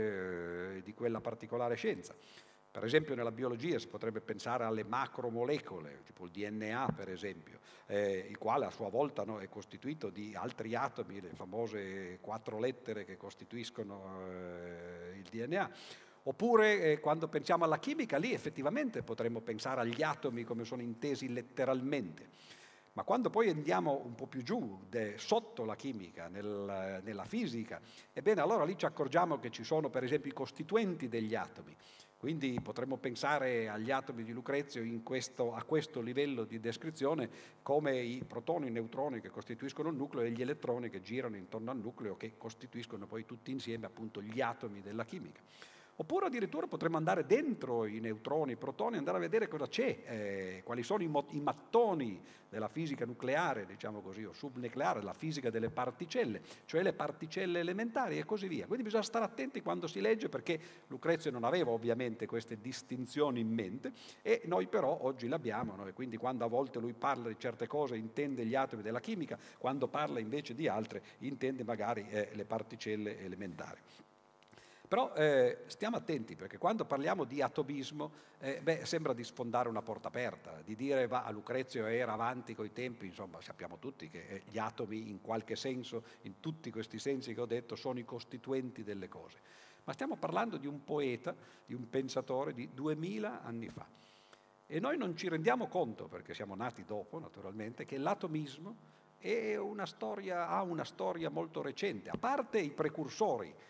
di quella particolare scienza. Per esempio nella biologia si potrebbe pensare alle macromolecole, tipo il DNA per esempio, il quale a sua volta è costituito di altri atomi, le famose 4 lettere che costituiscono il DNA. Oppure quando pensiamo alla chimica, lì effettivamente potremmo pensare agli atomi come sono intesi letteralmente. Ma quando poi andiamo un po' più giù, sotto la chimica, nella fisica, ebbene allora lì ci accorgiamo che ci sono per esempio i costituenti degli atomi. Quindi potremmo pensare agli atomi di Lucrezio a questo livello di descrizione come i protoni e i neutroni che costituiscono il nucleo e gli elettroni che girano intorno al nucleo che costituiscono poi tutti insieme appunto gli atomi della chimica. Oppure addirittura potremmo andare dentro i neutroni, i protoni, andare a vedere cosa c'è, quali sono i mattoni della fisica nucleare, diciamo così, o subnucleare, la fisica delle particelle, cioè le particelle elementari e così via. Quindi bisogna stare attenti quando si legge perché Lucrezio non aveva ovviamente queste distinzioni in mente e noi però oggi le abbiamo, no? E quindi quando a volte lui parla di certe cose intende gli atomi della chimica, quando parla invece di altre intende magari le particelle elementari. Però stiamo attenti perché quando parliamo di atomismo sembra di sfondare una porta aperta, di dire a Lucrezio era avanti coi tempi, insomma sappiamo tutti che gli atomi in qualche senso, in tutti questi sensi che ho detto, sono i costituenti delle cose. Ma stiamo parlando di un poeta, di un pensatore di 2000 anni fa. E noi non ci rendiamo conto, perché siamo nati dopo naturalmente, che l'atomismo ha una storia molto recente, a parte i precursori.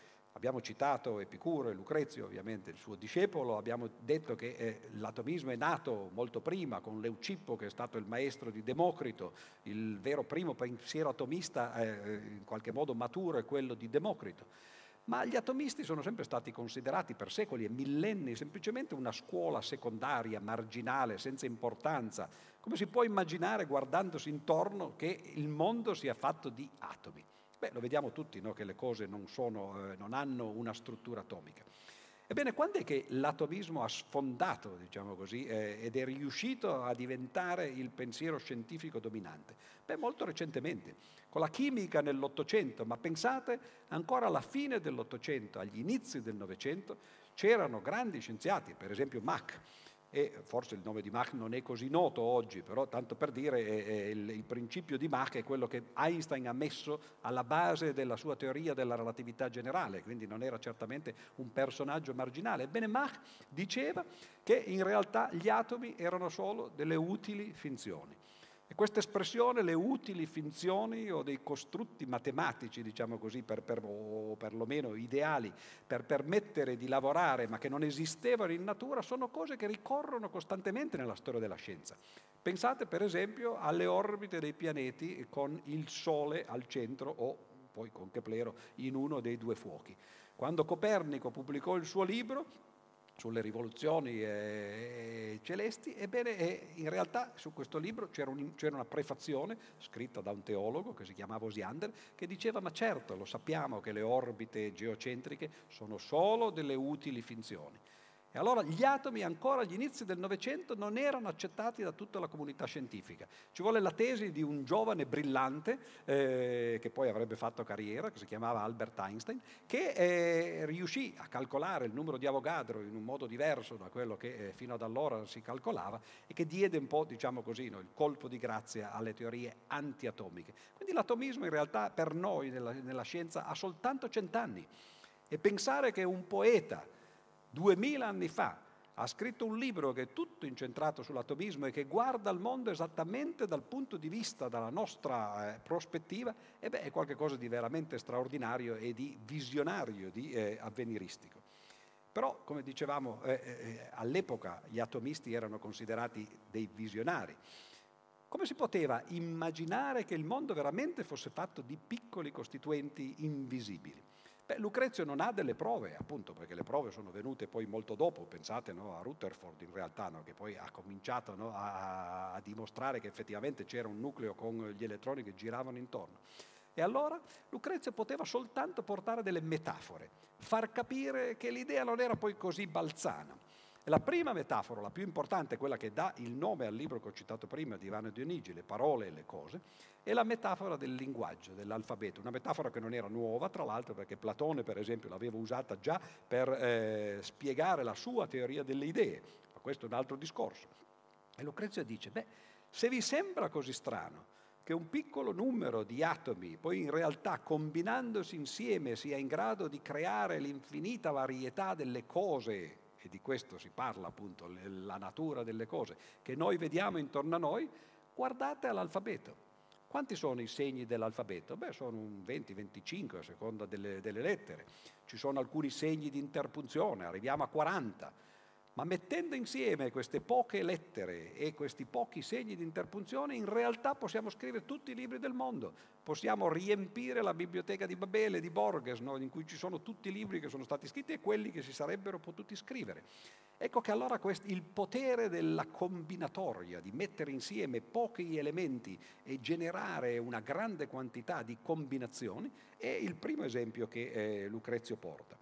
Abbiamo citato Epicuro e Lucrezio, ovviamente il suo discepolo, abbiamo detto che l'atomismo è nato molto prima con Leucippo, che è stato il maestro di Democrito. Il vero primo pensiero atomista in qualche modo maturo è quello di Democrito. Ma gli atomisti sono sempre stati considerati per secoli e millenni semplicemente una scuola secondaria, marginale, senza importanza. Come si può immaginare, guardandosi intorno, che il mondo sia fatto di atomi? Beh, lo vediamo tutti, no? Che le cose non hanno una struttura atomica. Ebbene, quando è che l'atomismo ha sfondato, diciamo così, ed è riuscito a diventare il pensiero scientifico dominante? Beh, molto recentemente, con la chimica nell'Ottocento, ma pensate, ancora alla fine dell'Ottocento, agli inizi del Novecento, c'erano grandi scienziati, per esempio Mach, e forse il nome di Mach non è così noto oggi, però tanto per dire il principio di Mach è quello che Einstein ha messo alla base della sua teoria della relatività generale, quindi non era certamente un personaggio marginale. Ebbene, Mach diceva che in realtà gli atomi erano solo delle utili finzioni. E questa espressione, le utili finzioni o dei costrutti matematici, diciamo così, o perlomeno ideali, per permettere di lavorare ma che non esistevano in natura, sono cose che ricorrono costantemente nella storia della scienza. Pensate per esempio alle orbite dei pianeti con il Sole al centro o poi con Keplero in uno dei due fuochi. Quando Copernico pubblicò il suo libro sulle rivoluzioni celesti, ebbene in realtà su questo libro c'era una prefazione scritta da un teologo che si chiamava Osiander, che diceva: ma certo, lo sappiamo che le orbite geocentriche sono solo delle utili finzioni. E allora gli atomi ancora agli inizi del Novecento non erano accettati da tutta la comunità scientifica. Ci vuole la tesi di un giovane brillante che poi avrebbe fatto carriera, che si chiamava Albert Einstein, che riuscì a calcolare il numero di Avogadro in un modo diverso da quello che fino ad allora si calcolava e che diede un po', diciamo così, il colpo di grazia alle teorie antiatomiche. Quindi l'atomismo in realtà per noi nella scienza ha soltanto 100 anni. E pensare che un poeta 2000 anni fa ha scritto un libro che è tutto incentrato sull'atomismo e che guarda il mondo esattamente dal punto di vista della nostra prospettiva, è qualcosa di veramente straordinario e di visionario, di avveniristico. Però, come dicevamo, all'epoca gli atomisti erano considerati dei visionari. Come si poteva immaginare che il mondo veramente fosse fatto di piccoli costituenti invisibili? Beh, Lucrezio non ha delle prove, appunto, perché le prove sono venute poi molto dopo. Pensate a Rutherford, in realtà, che poi ha cominciato a dimostrare che effettivamente c'era un nucleo con gli elettroni che giravano intorno. E allora Lucrezio poteva soltanto portare delle metafore, far capire che l'idea non era poi così balzana. E la prima metafora, la più importante, quella che dà il nome al libro che ho citato prima di Ivano Dionigi, Le parole e le cose, è la metafora del linguaggio, dell'alfabeto. Una metafora che non era nuova, tra l'altro, perché Platone, per esempio, l'aveva usata già per spiegare la sua teoria delle idee, ma questo è un altro discorso. E Lucrezio dice: se vi sembra così strano che un piccolo numero di atomi poi in realtà combinandosi insieme sia in grado di creare l'infinita varietà delle cose, e di questo si parla appunto, la natura delle cose che noi vediamo intorno a noi, guardate all'alfabeto. Quanti sono i segni dell'alfabeto? Sono un 20-25 a seconda delle lettere. Ci sono alcuni segni di interpunzione, arriviamo a 40. Ma mettendo insieme queste poche lettere e questi pochi segni di interpunzione, in realtà possiamo scrivere tutti i libri del mondo. Possiamo riempire la biblioteca di Babele, di Borges, in cui ci sono tutti i libri che sono stati scritti e quelli che si sarebbero potuti scrivere. Ecco che allora il potere della combinatoria, di mettere insieme pochi elementi e generare una grande quantità di combinazioni, è il primo esempio che Lucrezio porta.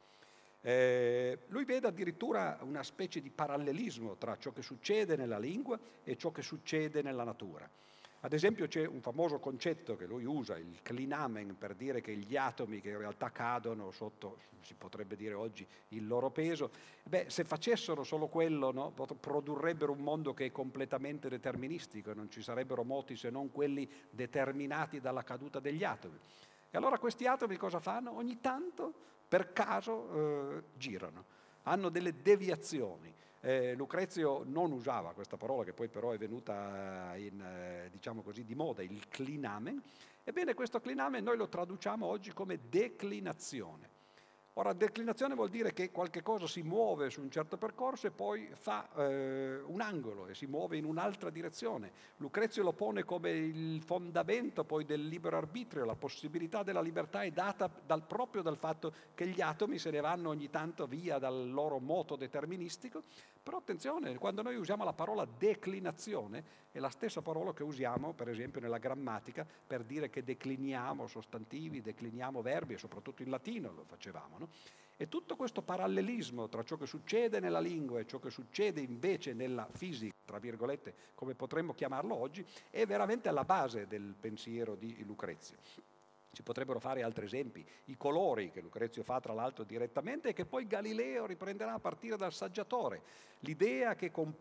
Lui vede addirittura una specie di parallelismo tra ciò che succede nella lingua e ciò che succede nella natura. Ad esempio c'è un famoso concetto che lui usa, il clinamen, per dire che gli atomi che in realtà cadono sotto, si potrebbe dire oggi, il loro peso, se facessero solo quello, produrrebbero un mondo che è completamente deterministico, non ci sarebbero moti se non quelli determinati dalla caduta degli atomi. E allora questi atomi cosa fanno? Ogni tanto, per caso, girano, hanno delle deviazioni. Lucrezio non usava questa parola, che poi però è venuta diciamo così, di moda, il clinamen. Ebbene, questo clinamen noi lo traduciamo oggi come declinazione. Ora, declinazione vuol dire che qualche cosa si muove su un certo percorso e poi fa un angolo e si muove in un'altra direzione. Lucrezio lo pone come il fondamento poi del libero arbitrio, la possibilità della libertà è data proprio dal fatto che gli atomi se ne vanno ogni tanto via dal loro moto deterministico. Però attenzione, quando noi usiamo la parola declinazione è la stessa parola che usiamo per esempio nella grammatica per dire che decliniamo sostantivi, decliniamo verbi, e soprattutto in latino lo facevamo, no? E tutto questo parallelismo tra ciò che succede nella lingua e ciò che succede invece nella fisica, tra virgolette, come potremmo chiamarlo oggi, è veramente alla base del pensiero di Lucrezio. Ci potrebbero fare altri esempi, i colori che Lucrezio fa tra l'altro direttamente e che poi Galileo riprenderà a partire dal Saggiatore, l'idea che con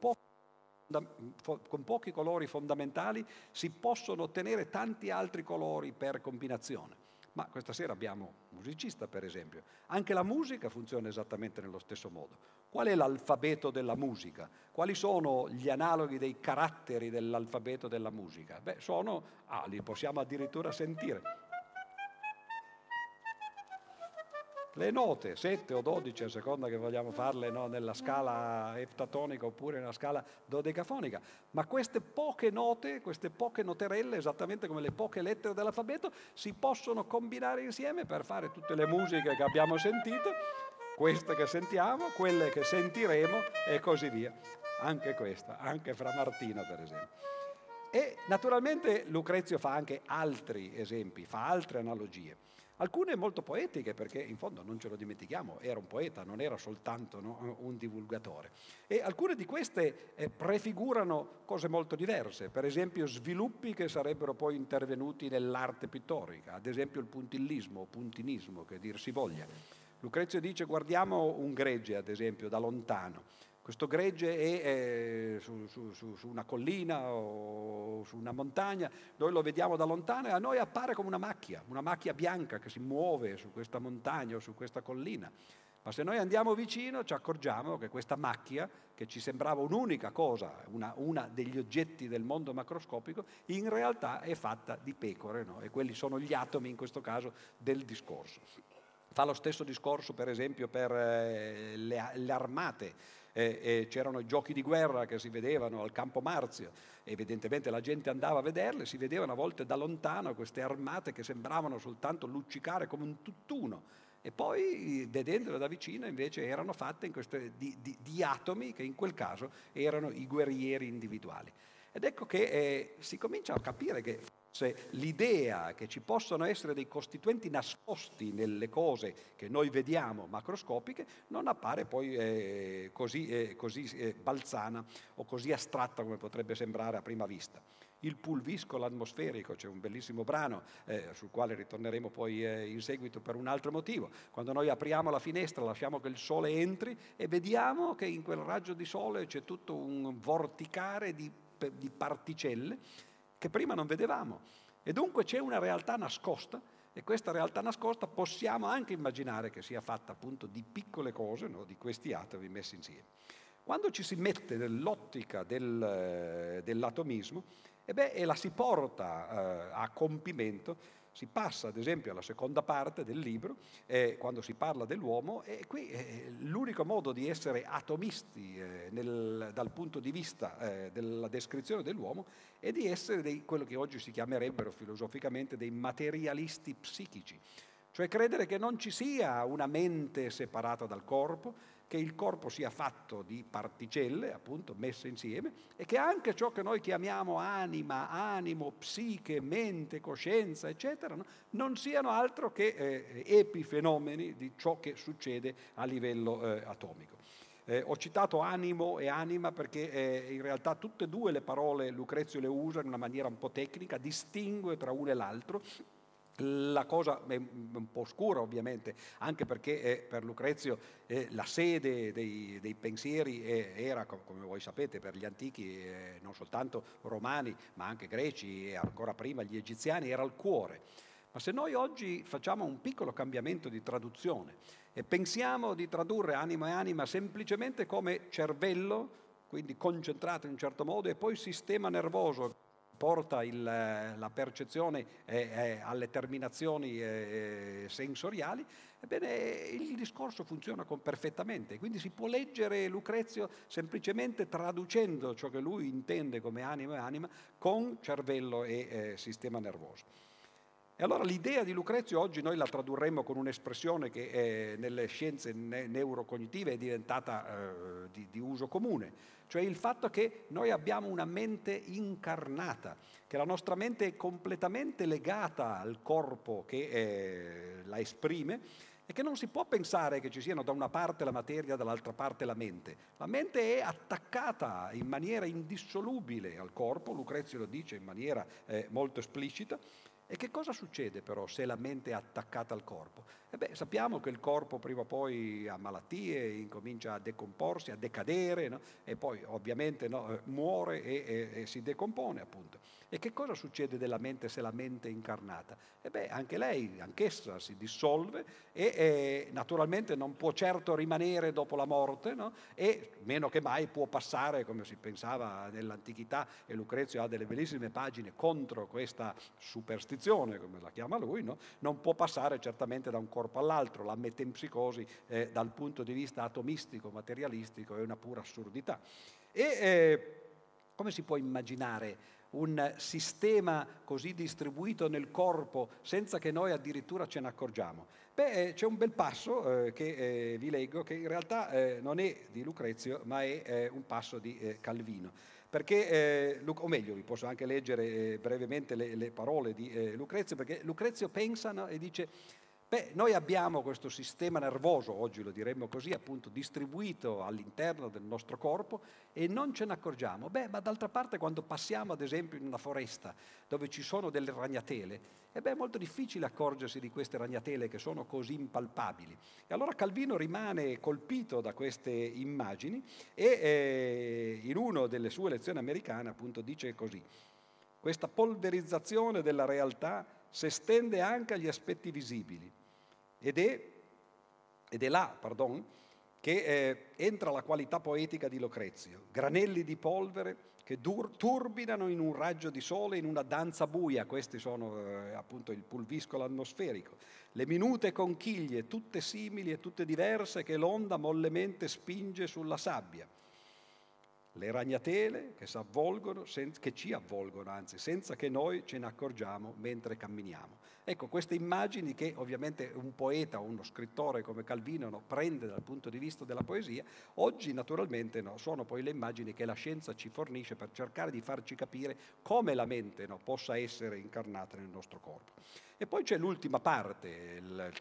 pochi colori fondamentali si possono ottenere tanti altri colori per combinazione. Ma questa sera abbiamo un musicista, per esempio. Anche la musica funziona esattamente nello stesso modo. Qual è l'alfabeto della musica? Quali sono gli analoghi dei caratteri dell'alfabeto della musica? Beh, li possiamo addirittura sentire. Le note, 7 o 12 a seconda che vogliamo farle, no, nella scala eptatonica oppure nella scala dodecafonica, ma queste poche note, queste poche noterelle, esattamente come le poche lettere dell'alfabeto, si possono combinare insieme per fare tutte le musiche che abbiamo sentito, queste che sentiamo, quelle che sentiremo e così via. Anche questa, anche Fra Martino per esempio. E naturalmente Lucrezio fa anche altri esempi, fa altre analogie. Alcune molto poetiche, perché in fondo non ce lo dimentichiamo, era un poeta, non era soltanto, no, un divulgatore. E alcune di queste prefigurano cose molto diverse, per esempio sviluppi che sarebbero poi intervenuti nell'arte pittorica, ad esempio il puntillismo o puntinismo, che dir si voglia. Lucrezio dice: guardiamo un gregge, ad esempio, da lontano. Questo gregge è su una collina o su una montagna, noi lo vediamo da lontano e a noi appare come una macchia bianca che si muove su questa montagna o su questa collina. Ma se noi andiamo vicino ci accorgiamo che questa macchia, che ci sembrava un'unica cosa, una degli oggetti del mondo macroscopico, in realtà è fatta di pecore, no? E quelli sono gli atomi in questo caso del discorso. Fa lo stesso discorso per esempio per le armate. C'erano i giochi di guerra che si vedevano al Campo Marzio, evidentemente la gente andava a vederle, si vedevano a volte da lontano queste armate che sembravano soltanto luccicare come un tutt'uno e poi vedendole da vicino invece erano fatte di atomi che in quel caso erano i guerrieri individuali. Ed ecco che si comincia a capire che l'idea che ci possono essere dei costituenti nascosti nelle cose che noi vediamo macroscopiche non appare poi così balzana o così astratta come potrebbe sembrare a prima vista. Il pulviscolo atmosferico, c'è un bellissimo brano sul quale ritorneremo poi in seguito per un altro motivo. Quando noi apriamo la finestra, lasciamo che il sole entri e vediamo che in quel raggio di sole c'è tutto un vorticare di particelle che prima non vedevamo. E dunque c'è una realtà nascosta e questa realtà nascosta possiamo anche immaginare che sia fatta appunto di piccole cose, no? Di questi atomi messi insieme. Quando ci si mette nell'ottica dell'atomismo, e la si porta a compimento, si passa ad esempio alla seconda parte del libro, quando si parla dell'uomo, e qui l'unico modo di essere atomisti dal punto di vista della descrizione dell'uomo è di essere quello che oggi si chiamerebbero filosoficamente dei materialisti psichici, cioè credere che non ci sia una mente separata dal corpo, che il corpo sia fatto di particelle, appunto, messe insieme, e che anche ciò che noi chiamiamo anima, animo, psiche, mente, coscienza, eccetera, no? Non siano altro che epifenomeni di ciò che succede a livello atomico. Ho citato animo e anima perché in realtà tutte e due le parole Lucrezio le usa in una maniera un po' tecnica, distingue tra uno e l'altro. La cosa è un po' oscura ovviamente, anche perché per Lucrezio la sede dei pensieri era, come voi sapete, per gli antichi, non soltanto romani, ma anche greci e ancora prima gli egiziani, era il cuore. Ma se noi oggi facciamo un piccolo cambiamento di traduzione e pensiamo di tradurre anima e anima semplicemente come cervello, quindi concentrato in un certo modo, e poi sistema nervoso porta la percezione alle terminazioni sensoriali, ebbene il discorso funziona perfettamente. Quindi si può leggere Lucrezio semplicemente traducendo ciò che lui intende come anima e anima con cervello e sistema nervoso. E allora l'idea di Lucrezio oggi noi la tradurremmo con un'espressione che nelle scienze neurocognitive è diventata di uso comune, cioè il fatto che noi abbiamo una mente incarnata, che la nostra mente è completamente legata al corpo che la esprime e che non si può pensare che ci siano da una parte la materia e dall'altra parte la mente. La mente è attaccata in maniera indissolubile al corpo, Lucrezio lo dice in maniera molto esplicita. E che cosa succede però se la mente è attaccata al corpo? Sappiamo che il corpo prima o poi ha malattie, incomincia a decomporsi, a decadere, no? E poi ovviamente muore e si decompone appunto. E che cosa succede della mente se la mente è incarnata? Anch'essa si dissolve e naturalmente non può certo rimanere dopo la morte, no? E meno che mai può passare, come si pensava nell'antichità, e Lucrezio ha delle bellissime pagine contro questa superstizione, come la chiama lui, no? Non può passare certamente da un corpo all'altro. La metempsicosi dal punto di vista atomistico, materialistico, è una pura assurdità. Come si può immaginare un sistema così distribuito nel corpo senza che noi addirittura ce ne accorgiamo? C'è un bel passo che vi leggo, che in realtà non è di Lucrezio, ma è un passo di Calvino. Perché, o meglio, vi posso anche leggere brevemente le parole di Lucrezio, perché Lucrezio pensa e dice: noi abbiamo questo sistema nervoso, oggi lo diremmo così, appunto distribuito all'interno del nostro corpo e non ce ne accorgiamo. Ma d'altra parte quando passiamo ad esempio in una foresta dove ci sono delle ragnatele, è molto difficile accorgersi di queste ragnatele che sono così impalpabili. E allora Calvino rimane colpito da queste immagini e in una delle sue lezioni americane appunto dice così: questa polverizzazione della realtà si estende anche agli aspetti visibili. Ed è là, che entra la qualità poetica di Lucrezio, granelli di polvere che turbinano in un raggio di sole, in una danza buia. Questi sono appunto il pulviscolo atmosferico, le minute conchiglie, tutte simili e tutte diverse, che l'onda mollemente spinge sulla sabbia. Le ragnatele che ci avvolgono, anzi, senza che noi ce ne accorgiamo mentre camminiamo. Ecco, queste immagini che ovviamente un poeta o uno scrittore come Calvino prende dal punto di vista della poesia, oggi naturalmente sono poi le immagini che la scienza ci fornisce per cercare di farci capire come la mente possa essere incarnata nel nostro corpo. E poi c'è l'ultima parte, la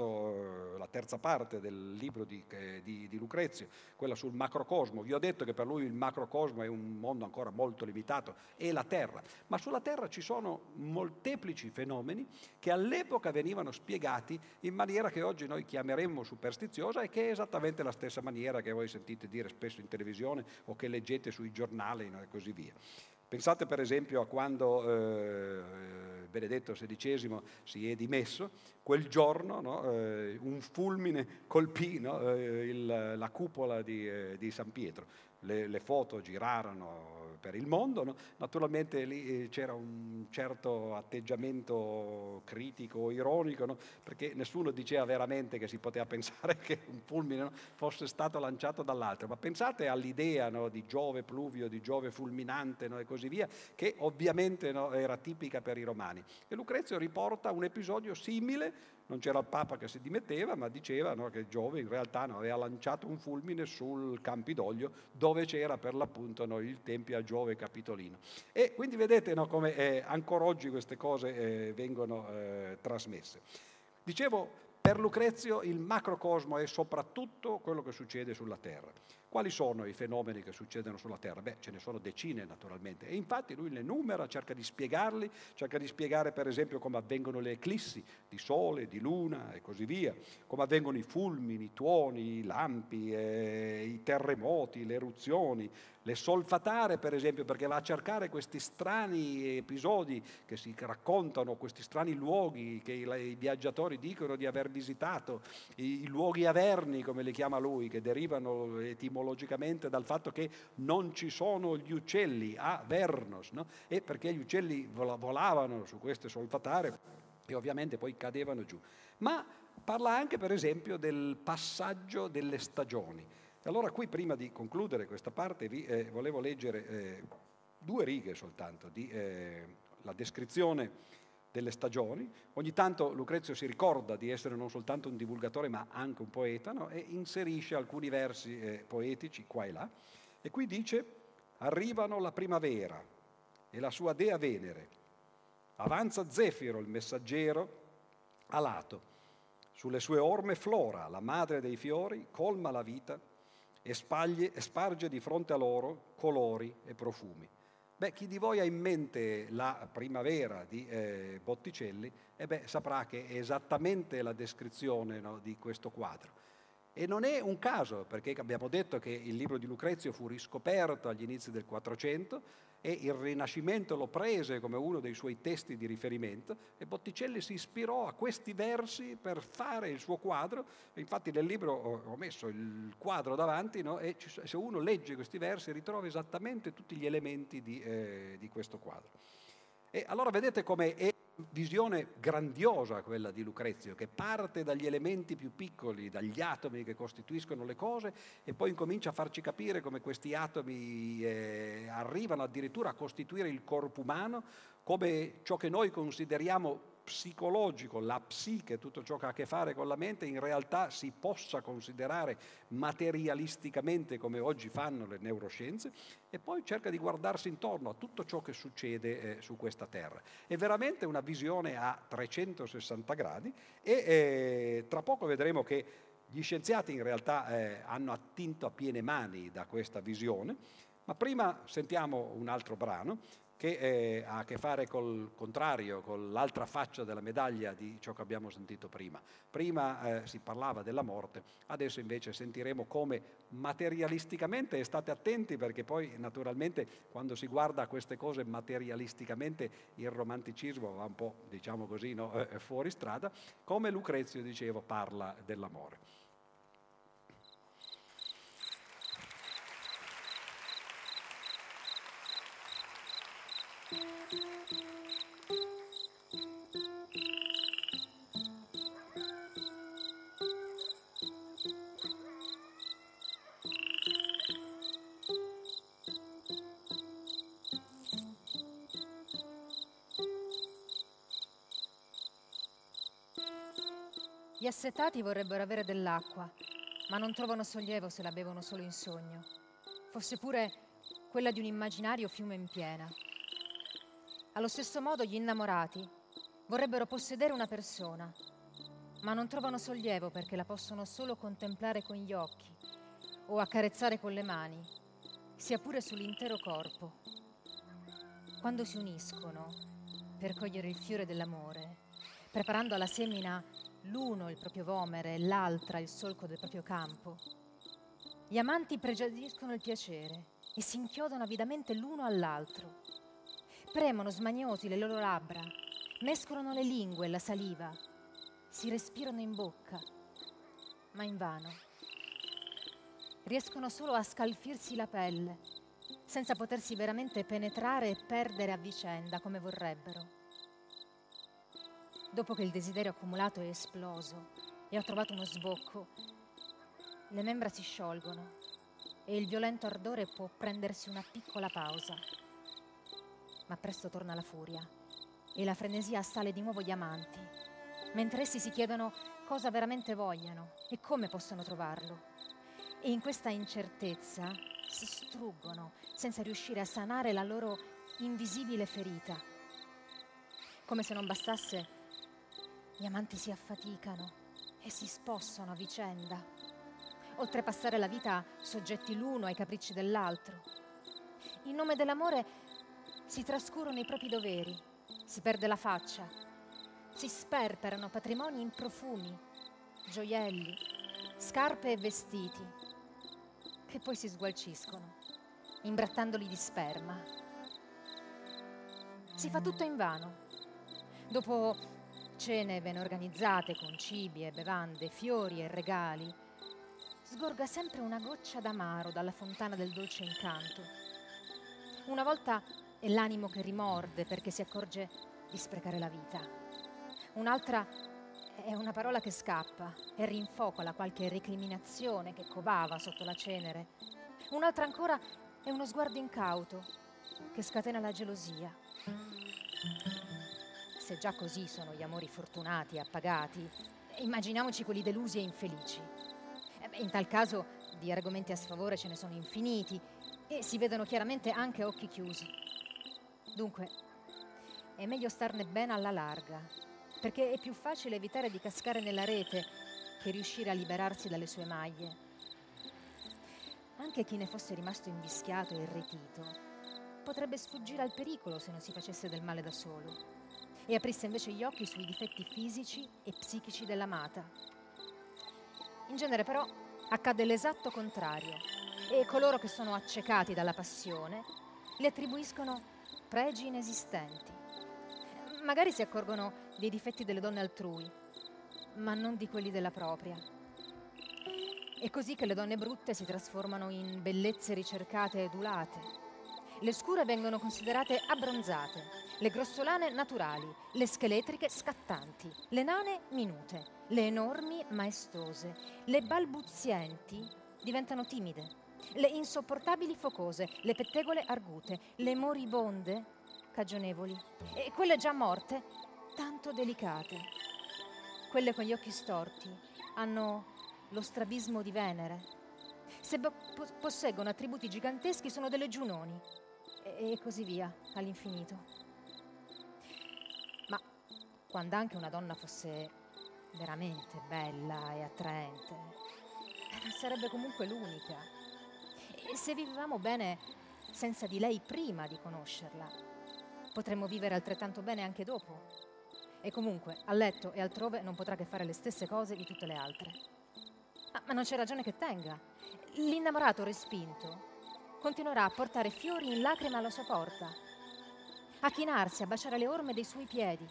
terza parte del libro di Lucrezio, quella sul macrocosmo. Vi ho detto che per lui il macrocosmo è un mondo ancora molto limitato, è la Terra, ma sulla Terra ci sono molteplici fenomeni che all'epoca venivano spiegati in maniera che oggi noi chiameremmo superstiziosa e che è esattamente la stessa maniera che voi sentite dire spesso in televisione o che leggete sui giornali e così via. Pensate per esempio a quando Benedetto XVI si è dimesso, quel giorno un fulmine colpì la cupola di San Pietro. Le foto girarono per il mondo, naturalmente lì c'era un certo atteggiamento critico o ironico, perché nessuno diceva veramente che si poteva pensare che un fulmine fosse stato lanciato dall'altro, ma pensate all'idea di Giove pluvio, di Giove fulminante e così via, che ovviamente era tipica per i romani. E Lucrezio riporta un episodio simile. Non c'era il Papa che si dimetteva, ma diceva che Giove in realtà aveva lanciato un fulmine sul Campidoglio, dove c'era per l'appunto il tempio a Giove Capitolino. E quindi vedete come ancora oggi queste cose vengono trasmesse. Dicevo, per Lucrezio il macrocosmo è soprattutto quello che succede sulla Terra. Quali sono i fenomeni che succedono sulla Terra? Ce ne sono decine naturalmente, e infatti lui le numera, cerca di spiegarli, cerca di spiegare per esempio come avvengono le eclissi di Sole, di Luna e così via, come avvengono i fulmini, i tuoni, i lampi, i terremoti, le eruzioni, le solfatare per esempio, perché va a cercare questi strani episodi che si raccontano, questi strani luoghi che i viaggiatori dicono di aver visitato, i luoghi averni, come li chiama lui, che derivano etimologicamente dal fatto che non ci sono gli uccelli, avernos, no? E perché gli uccelli volavano su queste solfatare e ovviamente poi cadevano giù. Ma parla anche, per esempio, del passaggio delle stagioni. Allora qui, prima di concludere questa parte, vi volevo leggere 2 righe soltanto di la descrizione delle stagioni. Ogni tanto Lucrezio si ricorda di essere non soltanto un divulgatore ma anche un poeta, no? E inserisce alcuni versi poetici qua e là. E qui dice: arrivano la primavera e la sua dea Venere, avanza Zefiro il messaggero alato, sulle sue orme Flora, la madre dei fiori, colma la vita e sparge di fronte a loro colori e profumi. Beh, chi di voi ha in mente la primavera di Botticelli, saprà che è esattamente la descrizione, no, di questo quadro. E non è un caso, perché abbiamo detto che il libro di Lucrezio fu riscoperto agli inizi del 400 e il Rinascimento lo prese come uno dei suoi testi di riferimento, e Botticelli si ispirò a questi versi per fare il suo quadro. Infatti nel libro ho messo il quadro davanti, no? E se uno legge questi versi ritrova esattamente tutti gli elementi di questo quadro. E allora vedete come è visione grandiosa quella di Lucrezio, che parte dagli elementi più piccoli, dagli atomi che costituiscono le cose, e poi incomincia a farci capire come questi atomi arrivano addirittura a costituire il corpo umano, come ciò che noi consideriamo psicologico, la psiche, tutto ciò che ha a che fare con la mente, in realtà si possa considerare materialisticamente, come oggi fanno le neuroscienze, e poi cerca di guardarsi intorno a tutto ciò che succede su questa terra. È veramente una visione a 360 gradi e tra poco vedremo che gli scienziati in realtà hanno attinto a piene mani da questa visione, ma prima sentiamo un altro brano che ha a che fare col contrario, con l'altra faccia della medaglia di ciò che abbiamo sentito prima. Prima si parlava della morte, adesso invece sentiremo come materialisticamente, e state attenti perché poi naturalmente quando si guarda a queste cose materialisticamente il romanticismo va un po', diciamo così, no, fuori strada, come Lucrezio, dicevo, parla dell'amore. Gli assetati vorrebbero avere dell'acqua, ma non trovano sollievo se la bevono solo in sogno, fosse pure quella di un immaginario fiume in piena. Allo stesso modo gli innamorati vorrebbero possedere una persona, ma non trovano sollievo perché la possono solo contemplare con gli occhi o accarezzare con le mani, sia pure sull'intero corpo. Quando si uniscono per cogliere il fiore dell'amore, preparando alla semina l'uno il proprio vomere e l'altra il solco del proprio campo, gli amanti pregiudiscono il piacere e si inchiodano avidamente l'uno all'altro. Premono smaniosi le loro labbra, mescolano le lingue e la saliva, si respirano in bocca, ma invano. Riescono solo a scalfirsi la pelle, senza potersi veramente penetrare e perdere a vicenda come vorrebbero. Dopo che il desiderio accumulato è esploso e ha trovato uno sbocco, le membra si sciolgono e il violento ardore può prendersi una piccola pausa. Ma presto torna la furia e la frenesia assale di nuovo gli amanti, mentre essi si chiedono cosa veramente vogliano e come possono trovarlo. E in questa incertezza si struggono senza riuscire a sanare la loro invisibile ferita. Come se non bastasse, gli amanti si affaticano e si spossano a vicenda, oltrepassare la vita soggetti l'uno ai capricci dell'altro. In nome dell'amore si trascurano i propri doveri, si perde la faccia, si sperperano patrimoni in profumi, gioielli, scarpe e vestiti, che poi si sgualciscono, imbrattandoli di sperma. Si fa tutto invano. Dopo cene ben organizzate con cibi e bevande, fiori e regali, sgorga sempre una goccia d'amaro dalla fontana del dolce incanto. Una volta è l'animo che rimorde perché si accorge di sprecare la vita. Un'altra è una parola che scappa e rinfocola qualche recriminazione che covava sotto la cenere. Un'altra ancora è uno sguardo incauto che scatena la gelosia. Se già così sono gli amori fortunati e appagati, immaginiamoci quelli delusi e infelici. In tal caso di argomenti a sfavore ce ne sono infiniti e si vedono chiaramente anche a occhi chiusi. Dunque, è meglio starne bene alla larga, perché è più facile evitare di cascare nella rete che riuscire a liberarsi dalle sue maglie. Anche chi ne fosse rimasto invischiato e irretito potrebbe sfuggire al pericolo se non si facesse del male da solo e aprisse invece gli occhi sui difetti fisici e psichici dell'amata. In genere però accade l'esatto contrario e coloro che sono accecati dalla passione le attribuiscono pregi inesistenti. Magari si accorgono dei difetti delle donne altrui, ma non di quelli della propria. È così che le donne brutte si trasformano in bellezze ricercate e edulate. Le scure vengono considerate abbronzate, le grossolane naturali, le scheletriche scattanti, le nane minute, le enormi maestose, le balbuzienti diventano timide, le insopportabili focose, le pettegole argute, le moribonde cagionevoli e quelle già morte tanto delicate. Quelle con gli occhi storti hanno lo strabismo di Venere. Se posseggono attributi giganteschi sono delle Giunoni e così via all'infinito. Ma quando anche una donna fosse veramente bella e attraente, non sarebbe comunque l'unica. E se vivevamo bene senza di lei prima di conoscerla, potremmo vivere altrettanto bene anche dopo. E comunque a letto e altrove non potrà che fare le stesse cose di tutte le altre. Ma non c'è ragione che tenga. L'innamorato respinto continuerà a portare fiori in lacrime alla sua porta, a chinarsi, a baciare le orme dei suoi piedi.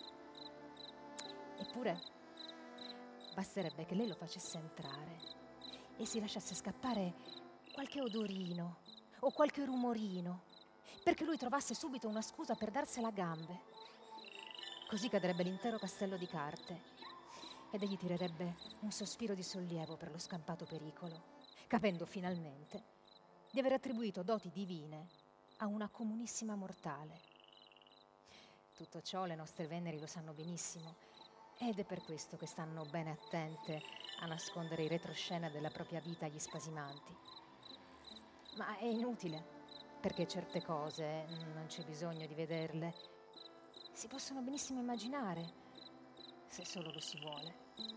Eppure basterebbe che lei lo facesse entrare e si lasciasse scappare qualche odorino o qualche rumorino, perché lui trovasse subito una scusa per darsela a gambe. Così cadrebbe l'intero castello di carte ed egli tirerebbe un sospiro di sollievo per lo scampato pericolo, capendo finalmente di aver attribuito doti divine a una comunissima mortale. Tutto ciò le nostre Veneri lo sanno benissimo ed è per questo che stanno bene attente a nascondere i retroscena della propria vita agli spasimanti. Ma è inutile, perché certe cose non c'è bisogno di vederle. Si possono benissimo immaginare, se solo lo si vuole.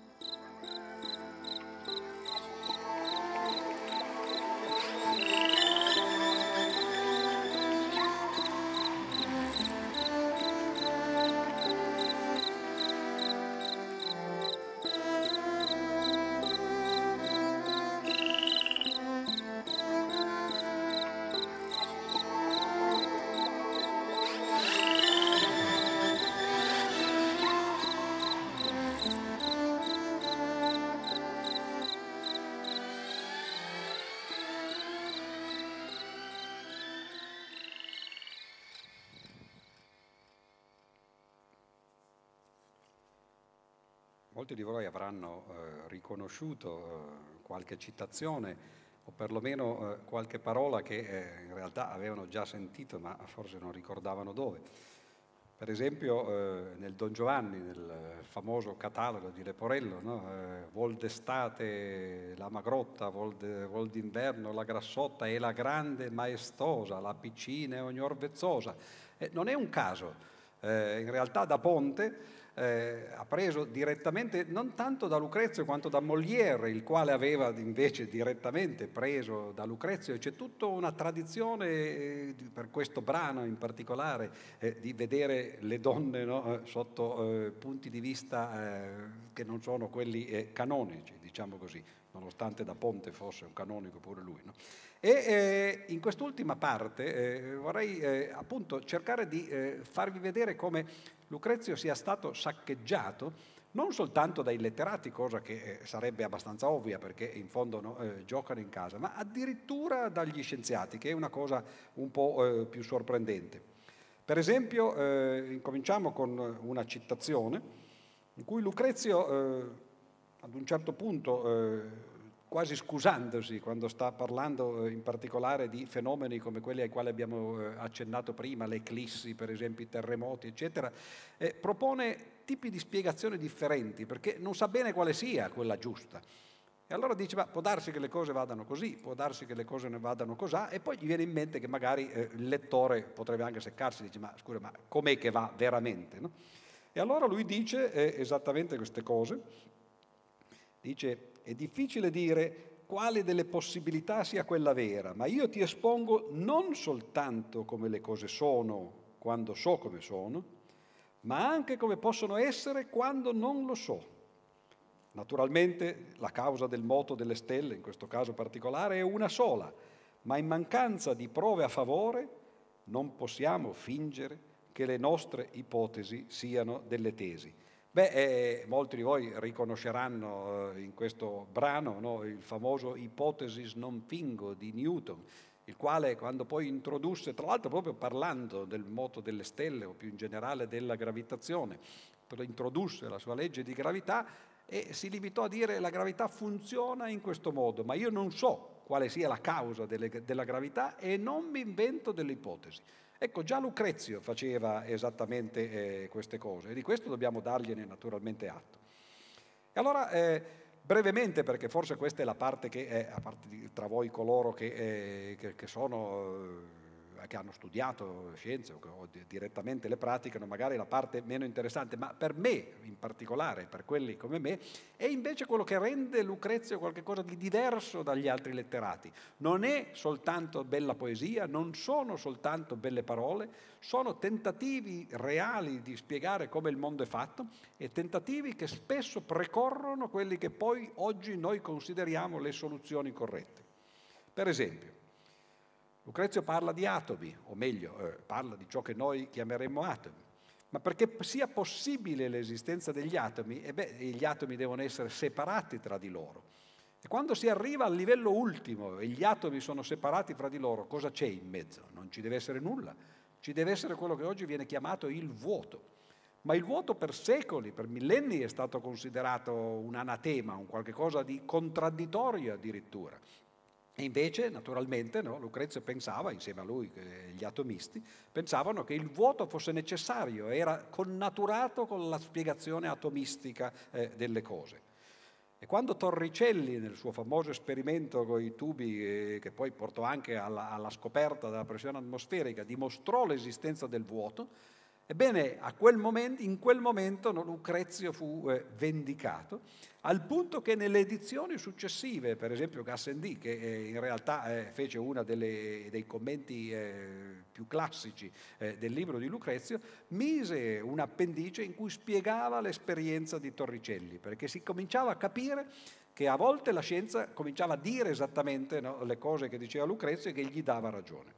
Molti di voi avranno riconosciuto qualche citazione o perlomeno qualche parola che in realtà avevano già sentito ma forse non ricordavano dove. Per esempio nel Don Giovanni, nel famoso catalogo di Leporello, no? Vuol d'estate la magrotta, vuol d'inverno la grassotta e la grande maestosa, la piccina e ognor vezzosa. Non è un caso, in realtà da Ponte ha preso direttamente non tanto da Lucrezio quanto da Molière, il quale aveva invece direttamente preso da Lucrezio, e c'è tutta una tradizione per questo brano in particolare di vedere le donne, no, sotto punti di vista che non sono quelli canonici, diciamo così. nonostante da Ponte fosse un canonico pure lui, no? E in quest'ultima parte vorrei appunto cercare di farvi vedere come Lucrezio sia stato saccheggiato non soltanto dai letterati, cosa che sarebbe abbastanza ovvia perché in fondo no, giocano in casa, ma addirittura dagli scienziati, che è una cosa un po' più sorprendente. Per esempio, incominciamo con una citazione in cui Lucrezio, ad un certo punto, quasi scusandosi quando sta parlando in particolare di fenomeni come quelli ai quali abbiamo accennato prima, le eclissi, per esempio i terremoti, eccetera, propone tipi di spiegazioni differenti perché non sa bene quale sia quella giusta. E allora dice, ma può darsi che le cose vadano così, può darsi che le cose ne vadano cosà, e poi gli viene in mente che magari il lettore potrebbe anche seccarsi, dice, ma scusa, ma com'è che va veramente? No? E allora lui dice esattamente queste cose, dice, è difficile dire quale delle possibilità sia quella vera, ma io ti espongo non soltanto come le cose sono quando so come sono, ma anche come possono essere quando non lo so. Naturalmente la causa del moto delle stelle, in questo caso particolare, è una sola, ma in mancanza di prove a favore non possiamo fingere che le nostre ipotesi siano delle tesi. Molti di voi riconosceranno in questo brano, no, il famoso Hypothesis non fingo di Newton, il quale quando poi introdusse, tra l'altro proprio parlando del moto delle stelle o più in generale della gravitazione, introdusse la sua legge di gravità e si limitò a dire la gravità funziona in questo modo, ma io non so quale sia la causa della gravità e non mi invento delle ipotesi. Ecco, già Lucrezio faceva esattamente queste cose e di questo dobbiamo dargliene naturalmente atto. E allora, brevemente, perché forse questa è la parte che, a parte tra voi coloro che hanno studiato scienze o direttamente le praticano, magari la parte meno interessante, ma per me in particolare, per quelli come me, è invece quello che rende Lucrezio qualcosa di diverso dagli altri letterati. Non è soltanto bella poesia, non sono soltanto belle parole, sono tentativi reali di spiegare come il mondo è fatto e tentativi che spesso precorrono quelli che poi oggi noi consideriamo le soluzioni corrette. Per esempio, Lucrezio parla di atomi, o meglio, parla di ciò che noi chiameremmo atomi, ma perché sia possibile l'esistenza degli atomi, gli atomi devono essere separati tra di loro. E quando si arriva al livello ultimo e gli atomi sono separati fra di loro, cosa c'è in mezzo? Non ci deve essere nulla, ci deve essere quello che oggi viene chiamato il vuoto. Ma il vuoto per secoli, per millenni è stato considerato un anatema, un qualche cosa di contraddittorio addirittura. E invece, naturalmente, no, Lucrezio pensava, insieme a lui, gli atomisti, pensavano che il vuoto fosse necessario, era connaturato con la spiegazione atomistica delle cose. E quando Torricelli, nel suo famoso esperimento con i tubi, che poi portò anche alla scoperta della pressione atmosferica, dimostrò l'esistenza del vuoto, ebbene, in quel momento no, Lucrezio fu vendicato, al punto che nelle edizioni successive, per esempio Gassendi, che in realtà fece uno dei commenti più classici del libro di Lucrezio, mise un appendice in cui spiegava l'esperienza di Torricelli, perché si cominciava a capire che a volte la scienza cominciava a dire esattamente no, le cose che diceva Lucrezio e che gli dava ragione.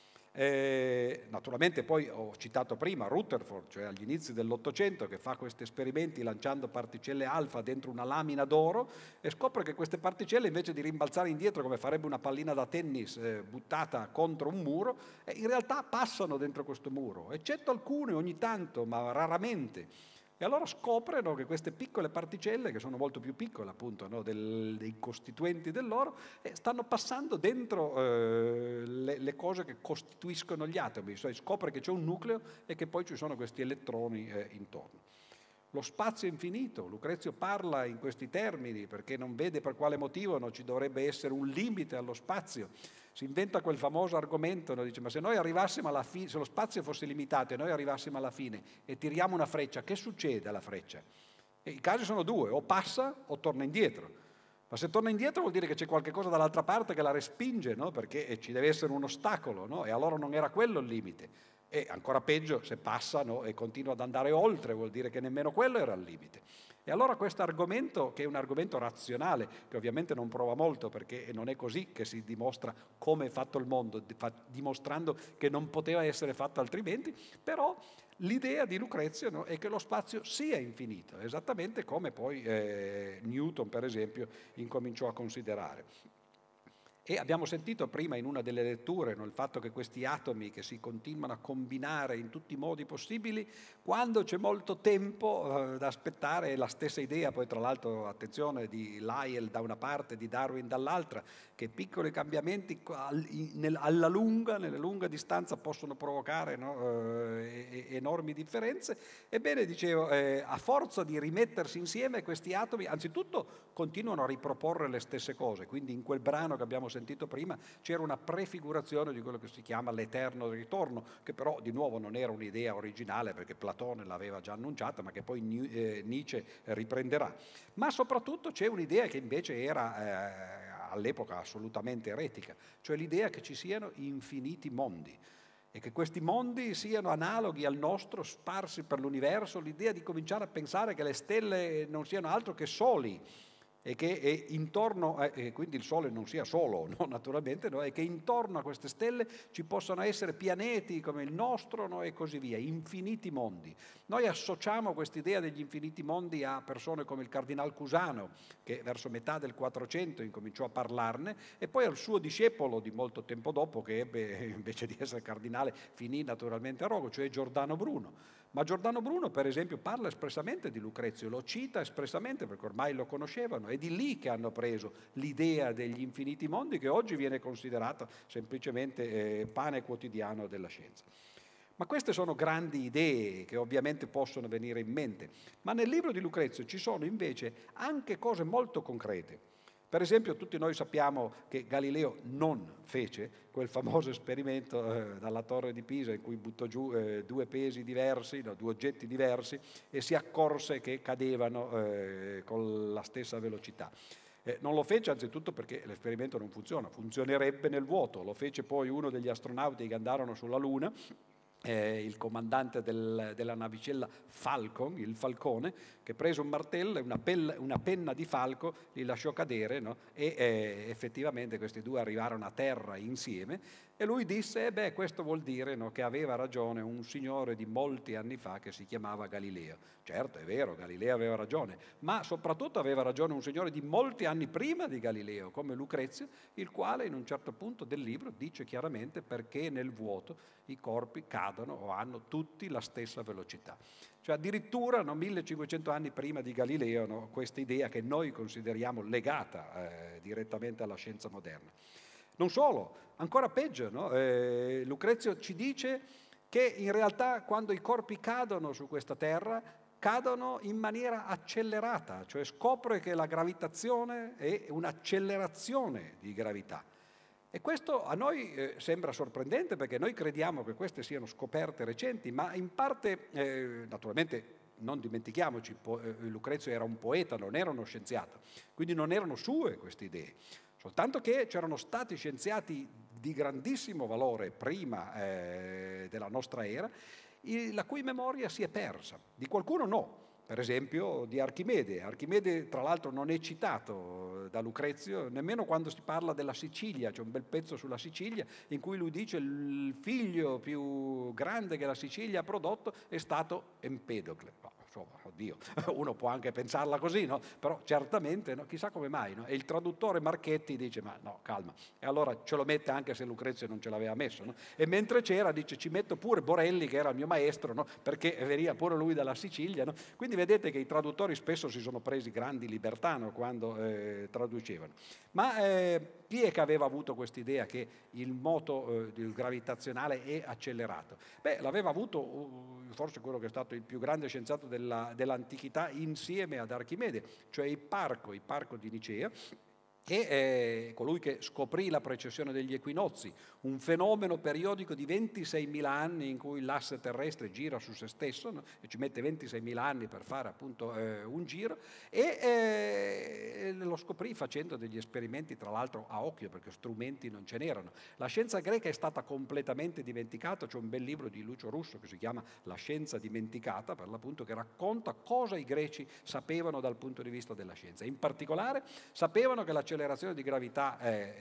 Naturalmente poi ho citato prima Rutherford, cioè agli inizi dell'Ottocento, che fa questi esperimenti lanciando particelle alfa dentro una lamina d'oro e scopre che queste particelle, invece di rimbalzare indietro come farebbe una pallina da tennis buttata contro un muro, in realtà passano dentro questo muro, eccetto alcune ogni tanto, ma raramente. E allora scoprono che queste piccole particelle, che sono molto più piccole appunto no, dei costituenti dell'oro, stanno passando dentro le cose che costituiscono gli atomi, cioè scopre che c'è un nucleo e che poi ci sono questi elettroni intorno. Lo spazio infinito, Lucrezio parla in questi termini perché non vede per quale motivo non ci dovrebbe essere un limite allo spazio. Si inventa quel famoso argomento, no? Dice, ma se noi arrivassimo alla fine, se lo spazio fosse limitato e noi arrivassimo alla fine e tiriamo una freccia, che succede alla freccia? E i casi sono due, o passa o torna indietro. Ma se torna indietro vuol dire che c'è qualche cosa dall'altra parte che la respinge, no? Perché ci deve essere un ostacolo, no? E allora non era quello il limite. E ancora peggio, se passa no? E continua ad andare oltre, vuol dire che nemmeno quello era il limite. E allora questo argomento, che è un argomento razionale, che ovviamente non prova molto, perché non è così che si dimostra come è fatto il mondo, dimostrando che non poteva essere fatto altrimenti, però l'idea di Lucrezio, no, è che lo spazio sia infinito, esattamente come poi Newton, per esempio, incominciò a considerare. E abbiamo sentito prima in una delle letture, no, il fatto che questi atomi che si continuano a combinare in tutti i modi possibili, quando c'è molto tempo da aspettare, è la stessa idea, poi tra l'altro attenzione, di Lyell da una parte, di Darwin dall'altra, che piccoli cambiamenti alla lunga, nella lunga distanza possono provocare, no, enormi differenze. Ebbene, dicevo, a forza di rimettersi insieme questi atomi, anzitutto continuano a riproporre le stesse cose, quindi in quel brano che abbiamo sentito prima c'era una prefigurazione di quello che si chiama l'eterno ritorno, che però di nuovo non era un'idea originale perché Platone l'aveva già annunciata, ma che poi Nietzsche riprenderà. Ma soprattutto c'è un'idea che invece era all'epoca assolutamente eretica, cioè l'idea che ci siano infiniti mondi e che questi mondi siano analoghi al nostro, sparsi per l'universo, l'idea di cominciare a pensare che le stelle non siano altro che soli, e che intorno, quindi il Sole non sia solo, no, naturalmente, no, e che intorno a queste stelle ci possano essere pianeti come il nostro, no, e così via, infiniti mondi. Noi associamo quest'idea degli infiniti mondi a persone come il Cardinal Cusano, che verso metà del 400 incominciò a parlarne, e poi al suo discepolo di molto tempo dopo, che ebbe invece di essere cardinale finì naturalmente a rogo, cioè Giordano Bruno. Ma Giordano Bruno, per esempio, parla espressamente di Lucrezio, lo cita espressamente perché ormai lo conoscevano, è di lì che hanno preso l'idea degli infiniti mondi, che oggi viene considerata semplicemente pane quotidiano della scienza. Ma queste sono grandi idee che ovviamente possono venire in mente, ma nel libro di Lucrezio ci sono invece anche cose molto concrete. Per esempio, tutti noi sappiamo che Galileo non fece quel famoso esperimento dalla Torre di Pisa in cui buttò giù due pesi diversi, no, due oggetti diversi, e si accorse che cadevano con la stessa velocità. Non lo fece anzitutto perché l'esperimento non funziona, funzionerebbe nel vuoto. Lo fece poi uno degli astronauti che andarono sulla Luna, il comandante della navicella Falcon, il Falcone, che prese un martello e una penna di falco, li lasciò cadere, no? E effettivamente questi due arrivarono a terra insieme, e lui disse, questo vuol dire, no, che aveva ragione un signore di molti anni fa che si chiamava Galileo. Certo, è vero, Galileo aveva ragione, ma soprattutto aveva ragione un signore di molti anni prima di Galileo, come Lucrezio, il quale in un certo punto del libro dice chiaramente perché nel vuoto i corpi cadono o hanno tutti la stessa velocità. Cioè addirittura 1500 anni prima di Galileo, no, questa idea che noi consideriamo legata direttamente alla scienza moderna. Non solo, ancora peggio, no? Lucrezio ci dice che in realtà quando i corpi cadono su questa terra cadono in maniera accelerata, cioè scopre che la gravitazione è un'accelerazione di gravità. E questo a noi sembra sorprendente perché noi crediamo che queste siano scoperte recenti, ma in parte, naturalmente, non dimentichiamoci, Lucrezio era un poeta, non era uno scienziato, quindi non erano sue queste idee. Soltanto che c'erano stati scienziati di grandissimo valore prima della nostra era, la cui memoria si è persa. Di qualcuno no, per esempio di Archimede. Archimede tra l'altro non è citato da Lucrezio, nemmeno quando si parla della Sicilia, c'è un bel pezzo sulla Sicilia in cui lui dice il figlio più grande che la Sicilia ha prodotto è stato Empedocle. Oddio, uno può anche pensarla così, no? Però certamente, no? Chissà come mai, no? E il traduttore Marchetti dice, ma no, calma, e allora ce lo mette anche se Lucrezio non ce l'aveva messo, no? E mentre c'era dice, ci metto pure Borelli, che era il mio maestro, no? Perché veniva pure lui dalla Sicilia, no? Quindi vedete che i traduttori spesso si sono presi grandi libertà, no? Quando traducevano. Ma chi è che aveva avuto quest'idea che il moto gravitazionale è accelerato? L'aveva avuto forse quello che è stato il più grande scienziato dell'antichità insieme ad Archimede, cioè Ipparco di Nicea, e colui che scoprì la precessione degli equinozi, un fenomeno periodico di 26.000 anni in cui l'asse terrestre gira su se stesso, no? E ci mette 26.000 anni per fare appunto un giro, e lo scoprì facendo degli esperimenti, tra l'altro a occhio, perché strumenti non ce n'erano. La scienza greca è stata completamente dimenticata. C'è un bel libro di Lucio Russo che si chiama La scienza dimenticata, per l'appunto, che racconta cosa i greci sapevano dal punto di vista della scienza. In particolare sapevano che l'accelerazione di gravità,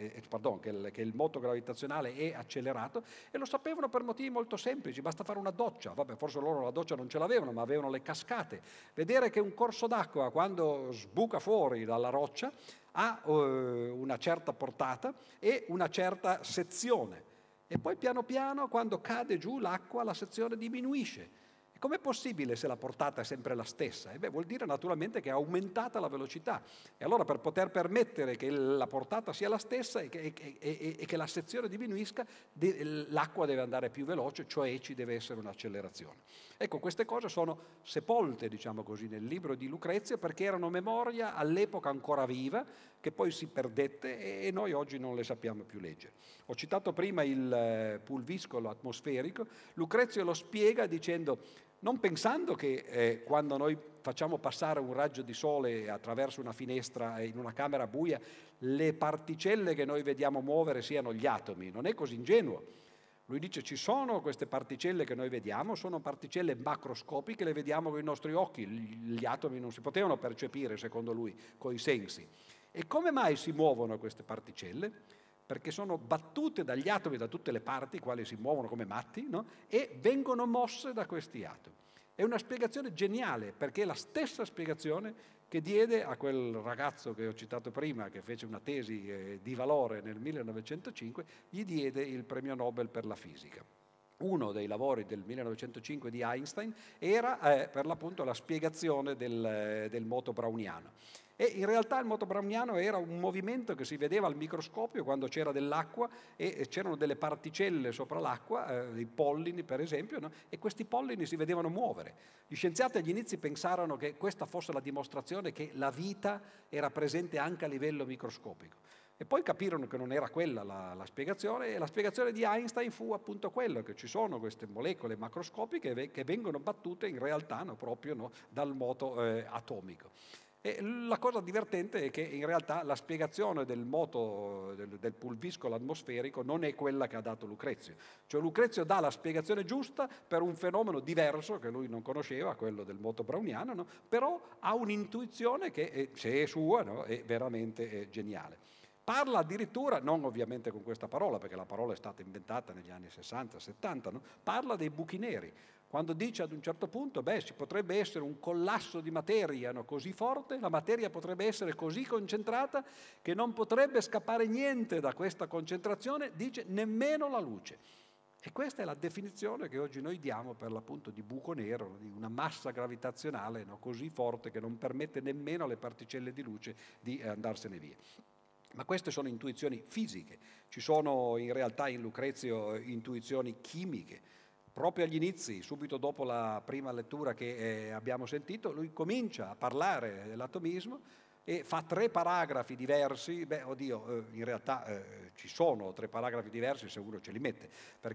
che il moto gravitazionale è accelerato, e lo sapevano per motivi molto semplici. Basta fare una doccia. Vabbè, forse loro la doccia non ce l'avevano, ma avevano le cascate. Vedere che un corso d'acqua, quando sbuca fuori dalla roccia, ha una certa portata e una certa sezione, e poi piano piano, quando cade giù l'acqua, la sezione diminuisce. E com'è possibile se la portata è sempre la stessa? Vuol dire naturalmente che è aumentata la velocità, e allora, per poter permettere che la portata sia la stessa e che la sezione diminuisca, l'acqua deve andare più veloce, cioè ci deve essere un'accelerazione. Ecco, queste cose sono sepolte, diciamo così, nel libro di Lucrezio, perché erano memoria all'epoca ancora viva, che poi si perdette e noi oggi non le sappiamo più leggere. Ho citato prima il pulviscolo atmosferico. Lucrezio lo spiega dicendo: non pensando che quando noi facciamo passare un raggio di sole attraverso una finestra in una camera buia, le particelle che noi vediamo muovere siano gli atomi. Non è così ingenuo. Lui dice: ci sono queste particelle che noi vediamo, sono particelle macroscopiche, le vediamo con i nostri occhi, gli atomi non si potevano percepire, secondo lui, coi sensi. E come mai si muovono queste particelle? Perché sono battute dagli atomi da tutte le parti, i quali si muovono come matti, no? E vengono mosse da questi atomi. È una spiegazione geniale, perché è la stessa spiegazione che diede a quel ragazzo che ho citato prima, che fece una tesi di valore nel 1905, gli diede il premio Nobel per la fisica. Uno dei lavori del 1905 di Einstein era per l'appunto la spiegazione del moto browniano. E in realtà il moto browniano era un movimento che si vedeva al microscopio quando c'era dell'acqua e c'erano delle particelle sopra l'acqua, dei pollini per esempio, no? E questi pollini si vedevano muovere. Gli scienziati agli inizi pensarono che questa fosse la dimostrazione che la vita era presente anche a livello microscopico. E poi capirono che non era quella la spiegazione, e la spiegazione di Einstein fu appunto quello, che ci sono queste molecole macroscopiche che vengono battute in realtà proprio dal moto atomico. E la cosa divertente è che in realtà la spiegazione del moto del pulviscolo atmosferico non è quella che ha dato Lucrezio. Cioè Lucrezio dà la spiegazione giusta per un fenomeno diverso che lui non conosceva, quello del moto browniano, no? Però ha un'intuizione che, se è sua, no? È veramente geniale. Parla addirittura, non ovviamente con questa parola, perché la parola è stata inventata negli anni 60-70, no? Parla dei buchi neri. Quando dice ad un certo punto, ci potrebbe essere un collasso di materia così forte, la materia potrebbe essere così concentrata che non potrebbe scappare niente da questa concentrazione, dice nemmeno la luce. E questa è la definizione che oggi noi diamo per l'appunto di buco nero, di una massa gravitazionale così forte che non permette nemmeno alle particelle di luce di andarsene via. Ma queste sono intuizioni fisiche. Ci sono in realtà in Lucrezio intuizioni chimiche. Proprio agli inizi, subito dopo la prima lettura che abbiamo sentito, lui comincia a parlare dell'atomismo e fa 3 paragrafi diversi. In realtà ci sono 3 paragrafi diversi se uno ce li mette,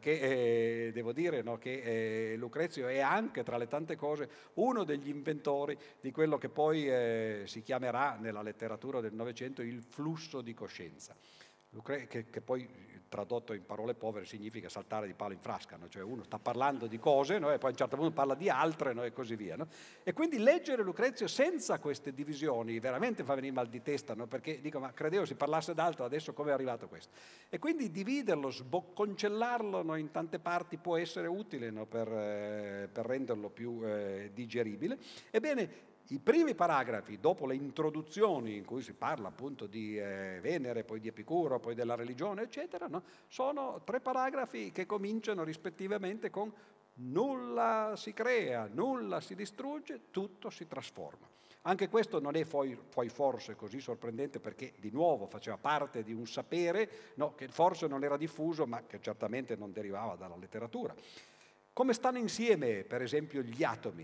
perché devo dire che Lucrezio è anche, tra le tante cose, uno degli inventori di quello che poi si chiamerà nella letteratura del Novecento il flusso di coscienza. Che poi tradotto in parole povere significa saltare di palo in frasca, no? Cioè uno sta parlando di cose, no? E poi a un certo punto parla di altre, no? E così via, no? E quindi leggere Lucrezio senza queste divisioni veramente fa venire mal di testa, no? Perché dico, ma credevo si parlasse d'altro, adesso come è arrivato questo? E quindi dividerlo, sbocconcellarlo in tante parti può essere utile, no? Per renderlo più digeribile. Ebbene, i primi paragrafi, dopo le introduzioni in cui si parla appunto di Venere, poi di Epicuro, poi della religione, eccetera, no? Sono 3 paragrafi che cominciano rispettivamente con nulla si crea, nulla si distrugge, tutto si trasforma. Anche questo non è poi forse così sorprendente, perché di nuovo faceva parte di un sapere, no? Che forse non era diffuso, ma che certamente non derivava dalla letteratura. Come stanno insieme, per esempio, gli atomi?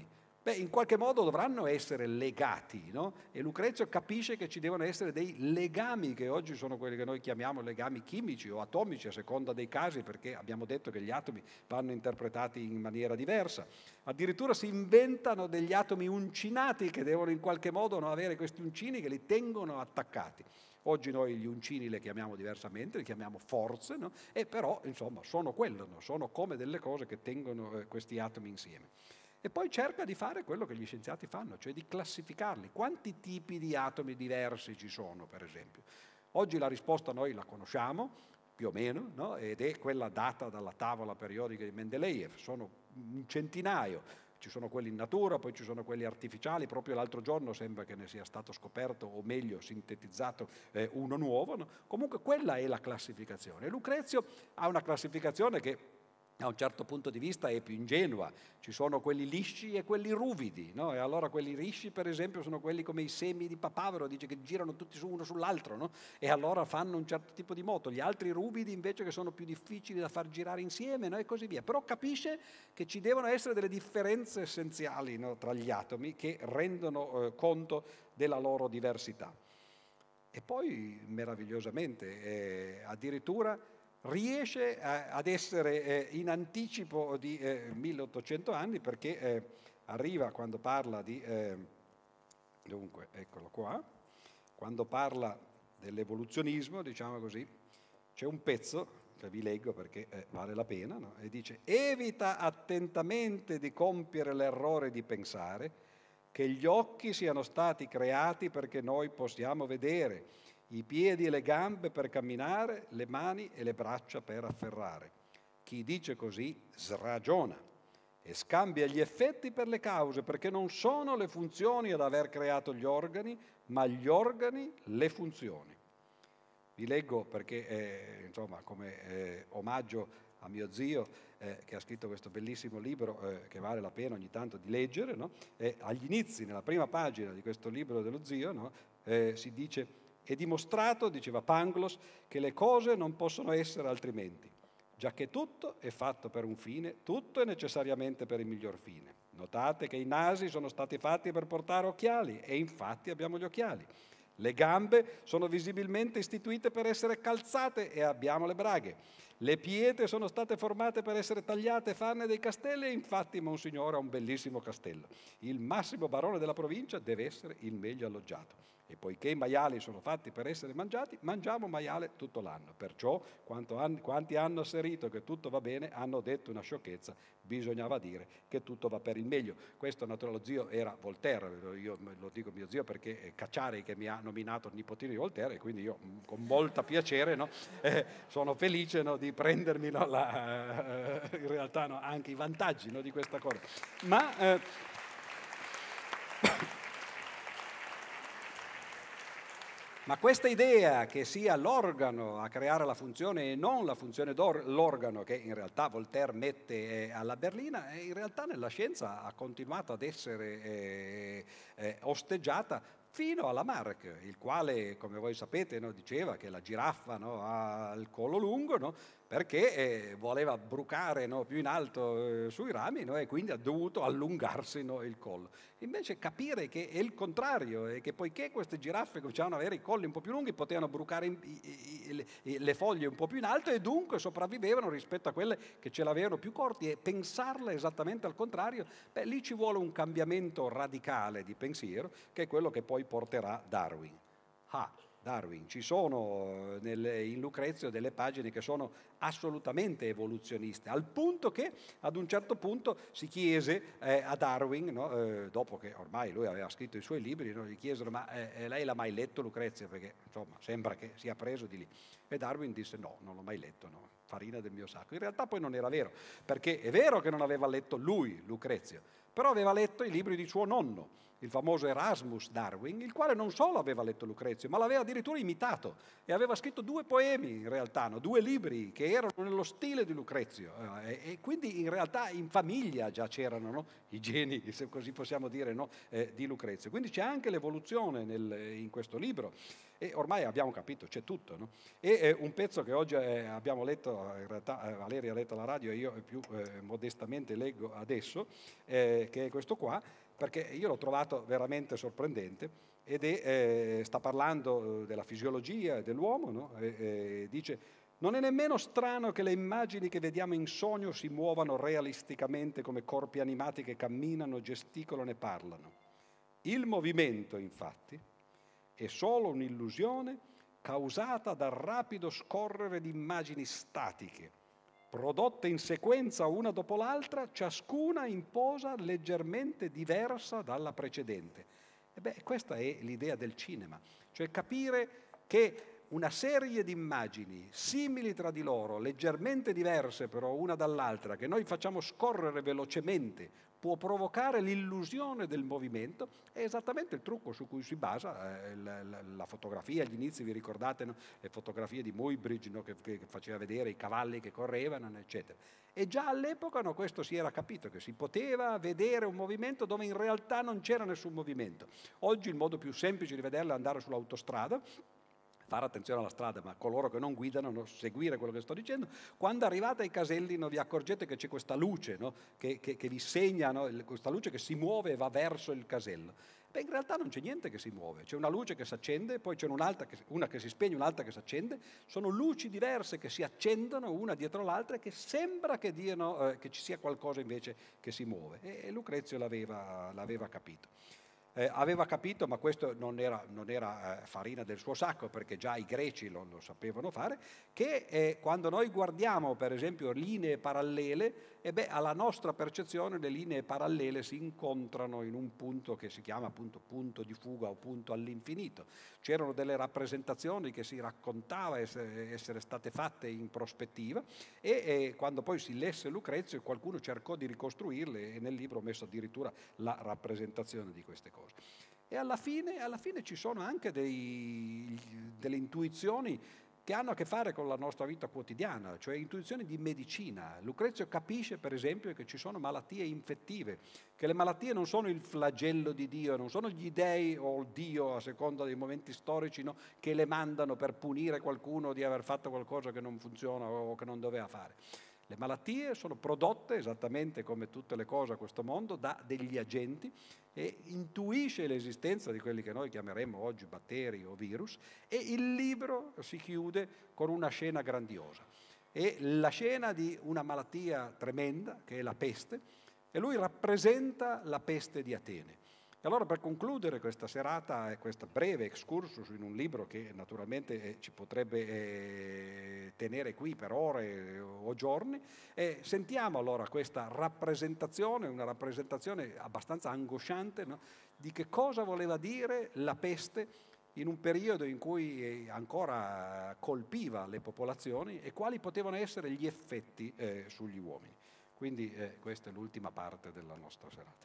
in qualche modo dovranno essere legati, no? E Lucrezio capisce che ci devono essere dei legami, che oggi sono quelli che noi chiamiamo legami chimici o atomici, a seconda dei casi, perché abbiamo detto che gli atomi vanno interpretati in maniera diversa. Addirittura si inventano degli atomi uncinati che devono in qualche modo avere questi uncini che li tengono attaccati. Oggi noi gli uncini li chiamiamo diversamente, li chiamiamo forze, no? E però insomma sono quello, no? Sono come delle cose che tengono questi atomi insieme. E poi cerca di fare quello che gli scienziati fanno, cioè di classificarli. Quanti tipi di atomi diversi ci sono, per esempio? Oggi la risposta noi la conosciamo, più o meno, no? Ed è quella data dalla tavola periodica di Mendeleev. Sono un centinaio. Ci sono quelli in natura, poi ci sono quelli artificiali. Proprio l'altro giorno sembra che ne sia stato scoperto, o meglio sintetizzato, uno nuovo, no? Comunque quella è la classificazione. Lucrezio ha una classificazione che da un certo punto di vista è più ingenua. Ci sono quelli lisci e quelli ruvidi, no? E allora quelli lisci, per esempio, sono quelli come i semi di papavero, dice che girano tutti su uno sull'altro, no? E allora fanno un certo tipo di moto. Gli altri ruvidi invece che sono più difficili da far girare insieme, no? E così via. Però capisce che ci devono essere delle differenze essenziali, no? Tra gli atomi che rendono conto della loro diversità. E poi meravigliosamente addirittura riesce ad essere in anticipo di 1800 anni, perché arriva quando parla di, dunque eccolo qua, quando parla dell'evoluzionismo, diciamo così, c'è un pezzo che vi leggo perché vale la pena, no? E dice: evita attentamente di compiere l'errore di pensare che gli occhi siano stati creati perché noi possiamo vedere, i piedi e le gambe per camminare, le mani e le braccia per afferrare. Chi dice così sragiona e scambia gli effetti per le cause, perché non sono le funzioni ad aver creato gli organi, ma gli organi le funzioni. Vi leggo perché, insomma, come omaggio a mio zio, che ha scritto questo bellissimo libro che vale la pena ogni tanto di leggere, no? Agli inizi, nella prima pagina di questo libro dello zio, no? Si dice: è dimostrato, diceva Pangloss, che le cose non possono essere altrimenti, giacché tutto è fatto per un fine, tutto è necessariamente per il miglior fine. Notate che i nasi sono stati fatti per portare occhiali, e infatti abbiamo gli occhiali. Le gambe sono visibilmente istituite per essere calzate, e abbiamo le braghe. Le pietre sono state formate per essere tagliate e farne dei castelli, e infatti Monsignore ha un bellissimo castello. Il massimo barone della provincia deve essere il meglio alloggiato. E poiché i maiali sono fatti per essere mangiati, mangiamo maiale tutto l'anno. Perciò, quanti hanno asserito che tutto va bene, hanno detto una sciocchezza. Bisognava dire che tutto va per il meglio. Questo naturalmente lo zio era Voltaire, io lo dico mio zio perché è Cacciari che mi ha nominato il nipotino di Voltaire, e quindi io con molta piacere, no, sono felice, no, di prendermi, no, in realtà, no, anche i vantaggi, no, di questa cosa. Ma questa idea che sia l'organo a creare la funzione e non la funzione dell'organo, che in realtà Voltaire mette alla berlina, in realtà nella scienza ha continuato ad essere osteggiata fino a Lamarck, il quale, come voi sapete, no, diceva che la giraffa, no, ha il collo lungo, no, perché voleva brucare, no, più in alto sui rami, no, e quindi ha dovuto allungarsi, no, il collo. Invece capire che è il contrario, e che poiché queste giraffe cominciavano ad avere i colli un po' più lunghi, potevano brucare le foglie un po' più in alto, e dunque sopravvivevano rispetto a quelle che ce l'avevano più corti, e pensarla esattamente al contrario, lì ci vuole un cambiamento radicale di pensiero, che è quello che poi porterà Darwin. Darwin, ci sono in Lucrezio delle pagine che sono assolutamente evoluzioniste, al punto che ad un certo punto si chiese a Darwin, no, dopo che ormai lui aveva scritto i suoi libri, no, gli chiesero: ma lei l'ha mai letto Lucrezio? Perché insomma sembra che sia preso di lì. E Darwin disse: no, non l'ho mai letto, no, farina del mio sacco. In realtà poi non era vero, perché è vero che non aveva letto lui Lucrezio, però aveva letto i libri di suo nonno, il famoso Erasmus Darwin, il quale non solo aveva letto Lucrezio, ma l'aveva addirittura imitato, e aveva scritto 2 poemi in realtà, no? 2 libri che erano nello stile di Lucrezio, e quindi in realtà in famiglia già c'erano, no, i geni, se così possiamo dire, no, di Lucrezio. Quindi c'è anche l'evoluzione in questo libro, e ormai abbiamo capito, c'è tutto, no? E un pezzo che oggi abbiamo letto, in realtà Valeria ha letto alla radio e io più modestamente leggo adesso, che è questo qua, perché io l'ho trovato veramente sorprendente, sta parlando della fisiologia dell'uomo, no? Dice: non è nemmeno strano che le immagini che vediamo in sogno si muovano realisticamente come corpi animati che camminano, gesticolano e parlano. Il movimento, infatti, è solo un'illusione causata dal rapido scorrere di immagini statiche, prodotte in sequenza una dopo l'altra, ciascuna in posa leggermente diversa dalla precedente. Questa è l'idea del cinema, cioè capire che una serie di immagini simili tra di loro, leggermente diverse però una dall'altra, che noi facciamo scorrere velocemente, può provocare l'illusione del movimento, è esattamente il trucco su cui si basa la fotografia. Agli inizi, vi ricordate, no? Le fotografie di Muybridge, no? che faceva vedere i cavalli che correvano, eccetera. E già all'epoca, no, questo si era capito, che si poteva vedere un movimento dove in realtà non c'era nessun movimento. Oggi il modo più semplice di vederlo è andare sull'autostrada, fare attenzione alla strada, ma coloro che non guidano, no, seguire quello che sto dicendo. Quando arrivate ai caselli, no, vi accorgete che c'è questa luce, no, che vi segna, no, questa luce che si muove e va verso il casello. In realtà non c'è niente che si muove, c'è una luce che si accende, poi c'è una che si spegne, un'altra che si accende, sono luci diverse che si accendono una dietro l'altra e che sembra che diano che ci sia qualcosa invece che si muove. E Lucrezio l'aveva capito. Aveva capito, ma questo non era farina del suo sacco, perché già i greci lo sapevano fare, che quando noi guardiamo per esempio linee parallele, alla nostra percezione le linee parallele si incontrano in un punto che si chiama appunto punto di fuga o punto all'infinito. C'erano delle rappresentazioni che si raccontava essere state fatte in prospettiva, e quando poi si lesse Lucrezio qualcuno cercò di ricostruirle, e nel libro ho messo addirittura la rappresentazione di queste cose. E alla fine ci sono anche delle intuizioni che hanno a che fare con la nostra vita quotidiana, cioè intuizioni di medicina. Lucrezio capisce per esempio che ci sono malattie infettive, che le malattie non sono il flagello di Dio, non sono gli dei o Dio, a seconda dei momenti storici, no, che le mandano per punire qualcuno di aver fatto qualcosa che non funziona o che non doveva fare. Le malattie sono prodotte, esattamente come tutte le cose a questo mondo, da degli agenti, e intuisce l'esistenza di quelli che noi chiameremo oggi batteri o virus, e il libro si chiude con una scena grandiosa. È la scena di una malattia tremenda, che è la peste, e lui rappresenta la peste di Atene. E allora, per concludere questa serata e questo breve excursus in un libro che naturalmente ci potrebbe tenere qui per ore o giorni, sentiamo allora questa rappresentazione, una rappresentazione abbastanza angosciante, no? Di che cosa voleva dire la peste in un periodo in cui ancora colpiva le popolazioni, e quali potevano essere gli effetti sugli uomini. Quindi questa è l'ultima parte della nostra serata.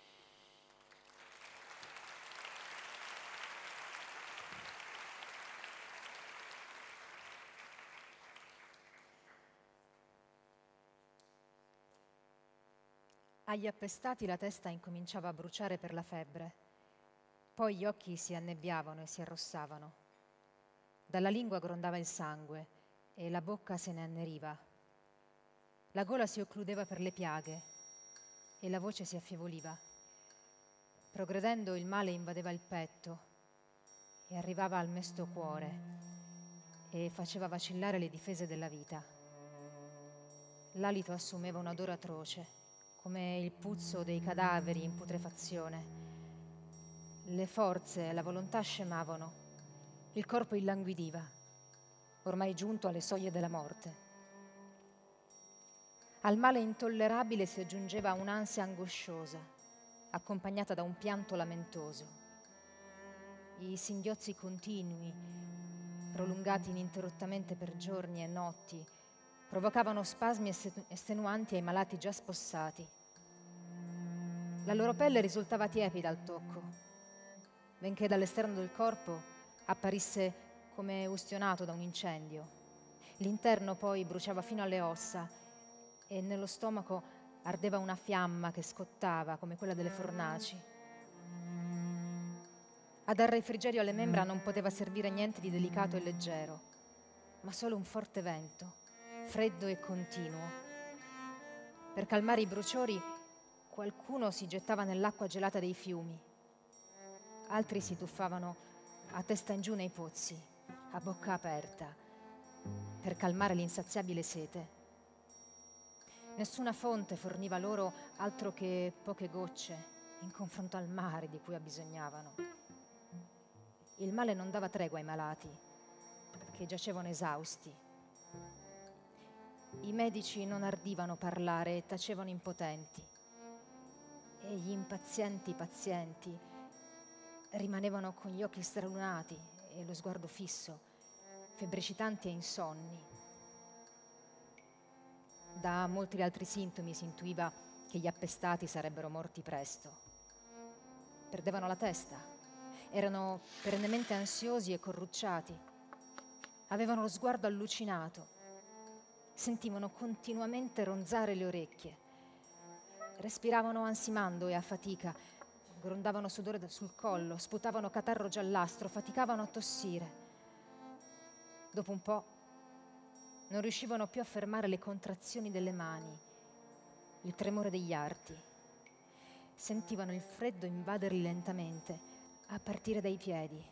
Agli appestati la testa incominciava a bruciare per la febbre, poi gli occhi si annebbiavano e si arrossavano. Dalla lingua grondava il sangue e la bocca se ne anneriva. La gola si occludeva per le piaghe e la voce si affievoluva. Progredendo il male invadeva il petto e arrivava al mesto cuore e faceva vacillare le difese della vita. L'alito assumeva un odore atroce, come il puzzo dei cadaveri in putrefazione. Le forze e la volontà scemavano, il corpo illanguidiva, ormai giunto alle soglie della morte. Al male intollerabile si aggiungeva un'ansia angosciosa, accompagnata da un pianto lamentoso. I singhiozzi continui, prolungati ininterrottamente per giorni e notti, provocavano spasmi estenuanti ai malati già spossati. La loro pelle risultava tiepida al tocco, benché dall'esterno del corpo apparisse come ustionato da un incendio. L'interno poi bruciava fino alle ossa e nello stomaco ardeva una fiamma che scottava come quella delle fornaci. A dar refrigerio alle membra non poteva servire niente di delicato e leggero, ma solo un forte vento, freddo e continuo. Per calmare i bruciori, Qualcuno si gettava nell'acqua gelata dei fiumi, altri si tuffavano a testa in giù nei pozzi, a bocca aperta, per calmare l'insaziabile sete. Nessuna fonte forniva loro altro che poche gocce in confronto al mare di cui abbisognavano. Il male non dava tregua ai malati, che giacevano esausti. I medici non ardivano parlare e tacevano impotenti. E gli impazienti pazienti rimanevano con gli occhi stralunati e lo sguardo fisso, febbricitanti e insonni. Da molti altri sintomi si intuiva che gli appestati sarebbero morti presto. Perdevano la testa, erano perennemente ansiosi e corrucciati, avevano lo sguardo allucinato, sentivano continuamente ronzare le orecchie. Respiravano ansimando e a fatica, grondavano sudore sul collo, sputavano catarro giallastro, faticavano a tossire. Dopo un po' non riuscivano più a fermare le contrazioni delle mani, il tremore degli arti. Sentivano il freddo invaderli lentamente, a partire dai piedi.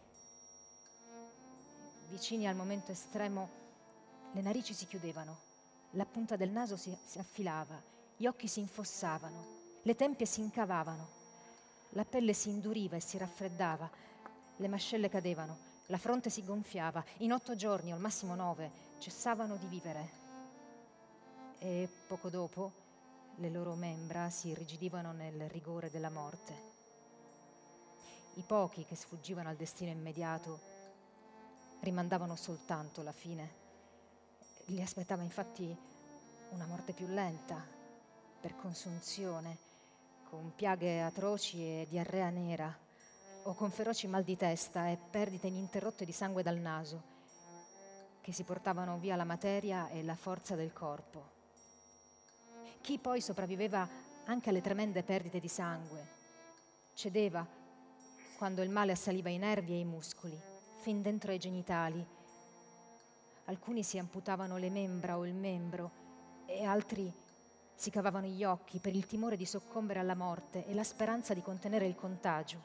Vicini al momento estremo, le narici si chiudevano, la punta del naso si affilava, gli occhi si infossavano, le tempie si incavavano, la pelle si induriva e si raffreddava, le mascelle cadevano, la fronte si gonfiava. In 8 giorni, o al massimo 9, cessavano di vivere. E poco dopo le loro membra si irrigidivano nel rigore della morte. I pochi che sfuggivano al destino immediato rimandavano soltanto la fine. Li aspettava infatti una morte più lenta, per consunzione, con piaghe atroci e diarrea nera, o con feroci mal di testa e perdite ininterrotte di sangue dal naso, che si portavano via la materia e la forza del corpo. Chi poi sopravviveva anche alle tremende perdite di sangue, cedeva quando il male assaliva i nervi e i muscoli, fin dentro ai genitali. Alcuni si amputavano le membra o il membro e altri si cavavano gli occhi per il timore di soccombere alla morte e la speranza di contenere il contagio.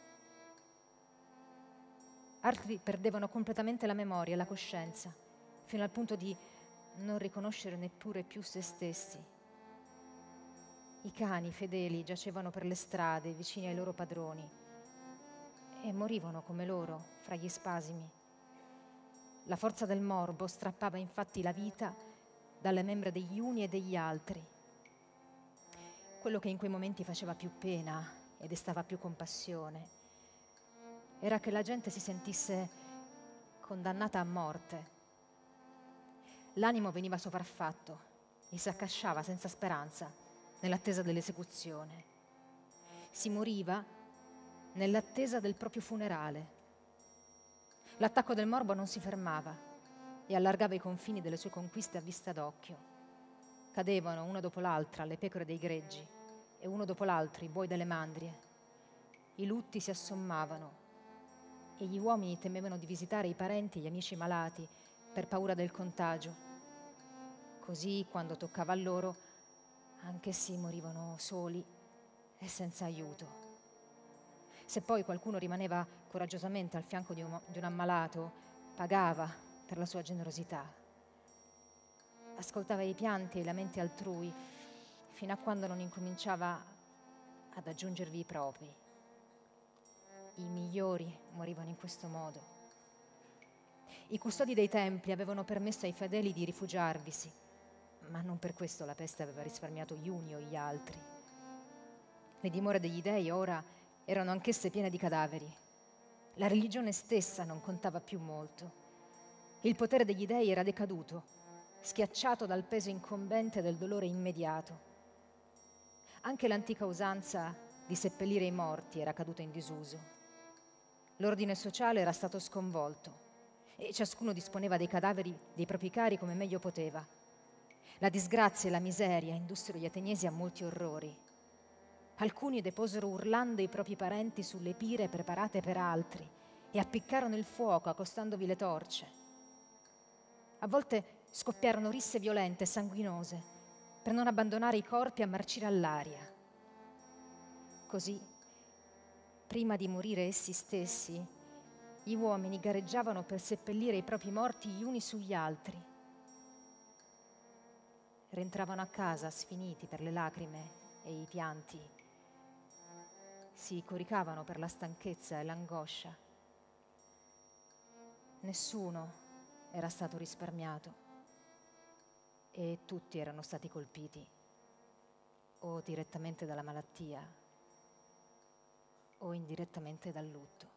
Altri perdevano completamente la memoria e la coscienza, fino al punto di non riconoscere neppure più se stessi. I cani fedeli giacevano per le strade vicini ai loro padroni e morivano come loro fra gli spasimi. La forza del morbo strappava infatti la vita dalle membra degli uni e degli altri. Quello che in quei momenti faceva più pena e destava più compassione era che la gente si sentisse condannata a morte. L'animo veniva sopraffatto e si accasciava senza speranza nell'attesa dell'esecuzione. Si moriva nell'attesa del proprio funerale. L'attacco del morbo non si fermava e allargava i confini delle sue conquiste a vista d'occhio. Cadevano una dopo l'altra le pecore dei greggi e uno dopo l'altro i buoi delle mandrie. I lutti si assommavano e gli uomini temevano di visitare i parenti e gli amici malati per paura del contagio. Così, quando toccava a loro, anch'essi morivano soli e senza aiuto. Se poi qualcuno rimaneva coraggiosamente al fianco di un ammalato, pagava per la sua generosità. Ascoltava i pianti e i lamenti altrui fino a quando non incominciava ad aggiungervi i propri. I migliori morivano in questo modo. I custodi dei templi avevano permesso ai fedeli di rifugiarvisi, ma non per questo la peste aveva risparmiato gli uni o gli altri. Le dimore degli dei ora erano anch'esse piene di cadaveri. La religione stessa non contava più molto. Il potere degli dei era decaduto, schiacciato dal peso incombente del dolore immediato. Anche l'antica usanza di seppellire i morti era caduta in disuso. L'ordine sociale era stato sconvolto e ciascuno disponeva dei cadaveri dei propri cari come meglio poteva. La disgrazia e la miseria indussero gli ateniesi a molti orrori. Alcuni deposero urlando i propri parenti sulle pire preparate per altri e appiccarono il fuoco accostandovi le torce. A volte scoppiarono risse violente e sanguinose per non abbandonare i corpi a marcire all'aria. Così, prima di morire essi stessi, gli uomini gareggiavano per seppellire i propri morti gli uni sugli altri. Rientravano a casa sfiniti per le lacrime e i pianti. Si coricavano per la stanchezza e l'angoscia. Nessuno era stato risparmiato e tutti erano stati colpiti o direttamente dalla malattia o indirettamente dal lutto.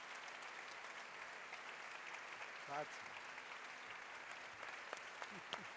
Grazie.